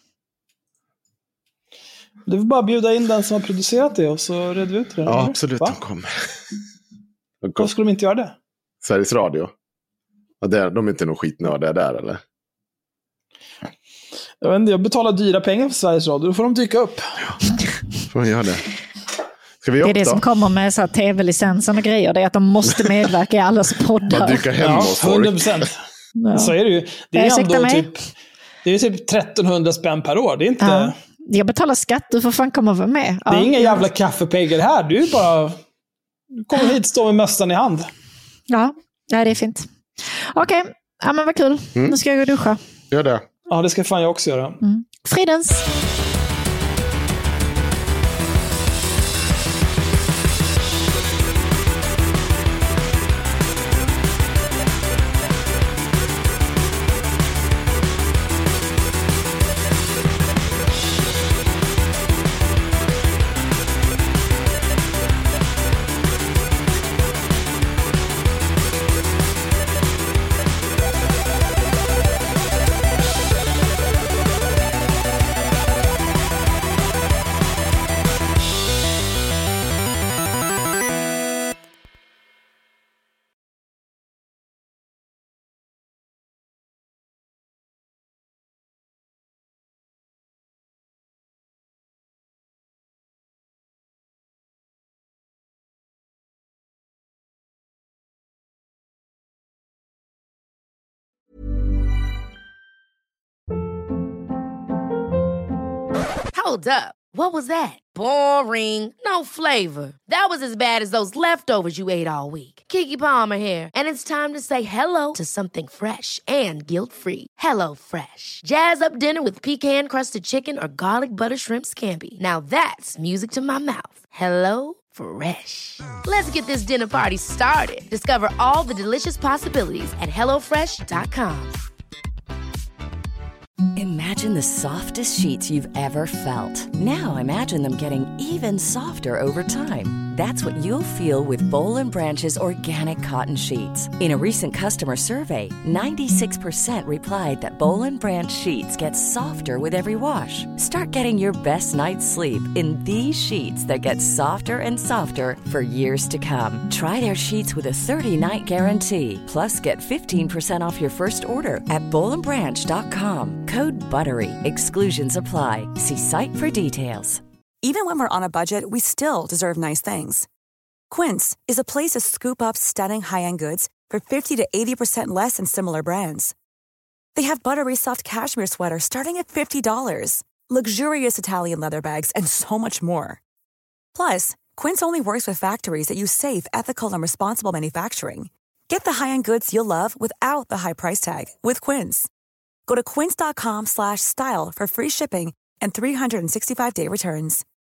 Du vill bara bjuda in den som har producerat det och så redde vi ut det. Ja, absolut. De kommer. Varför skulle de inte göra det? Sveriges Radio. Ja, de är inte någon skitnördiga där, eller? Jag vet inte, jag betalar dyra pengar för Sveriges Radio. Då får de dyka upp. Ja, får de göra det. Ska vi det är det som kommer med så här tv-licensen och grejer. Det är att de måste medverka i allas poddar. Man dyker hem hos folk. 100%. Ja. Så är det ju. Det är ändå typ 1300 spänn per år. Det är inte... Ja. Jag betalar skatt, du får fan komma vara med. Det är inga jävla kaffepengar här. Du kommer hit, stå med mössan i hand. Ja, det är fint. Okej, ja, men vad kul. Nu ska jag gå och duscha. Gör det. Ja, det ska fan jag också göra. Fridens. Hold up. What was that? Boring. No flavor. That was as bad as those leftovers you ate all week. Keke Palmer here, and it's time to say hello to something fresh and guilt-free. Hello Fresh. Jazz up dinner with pecan-crusted chicken or garlic butter shrimp scampi. Now that's music to my mouth. Hello Fresh. Let's get this dinner party started. Discover all the delicious possibilities at hellofresh.com. Imagine the softest sheets you've ever felt. Now imagine them getting even softer over time. That's what you'll feel with Boll & Branch's organic cotton sheets. In a recent customer survey, 96% replied that Boll & Branch sheets get softer with every wash. Start getting your best night's sleep in these sheets that get softer and softer for years to come. Try their sheets with a 30-night guarantee. Plus, get 15% off your first order at bollandbranch.com. Code BUTTERY. Exclusions apply. See site for details. Even when we're on a budget, we still deserve nice things. Quince is a place to scoop up stunning high-end goods for 50 to 80% less than similar brands. They have buttery soft cashmere sweaters starting at $50, luxurious Italian leather bags, and so much more. Plus, Quince only works with factories that use safe, ethical, and responsible manufacturing. Get the high-end goods you'll love without the high price tag with Quince. Go to quince.com/style for free shipping and 365-day returns.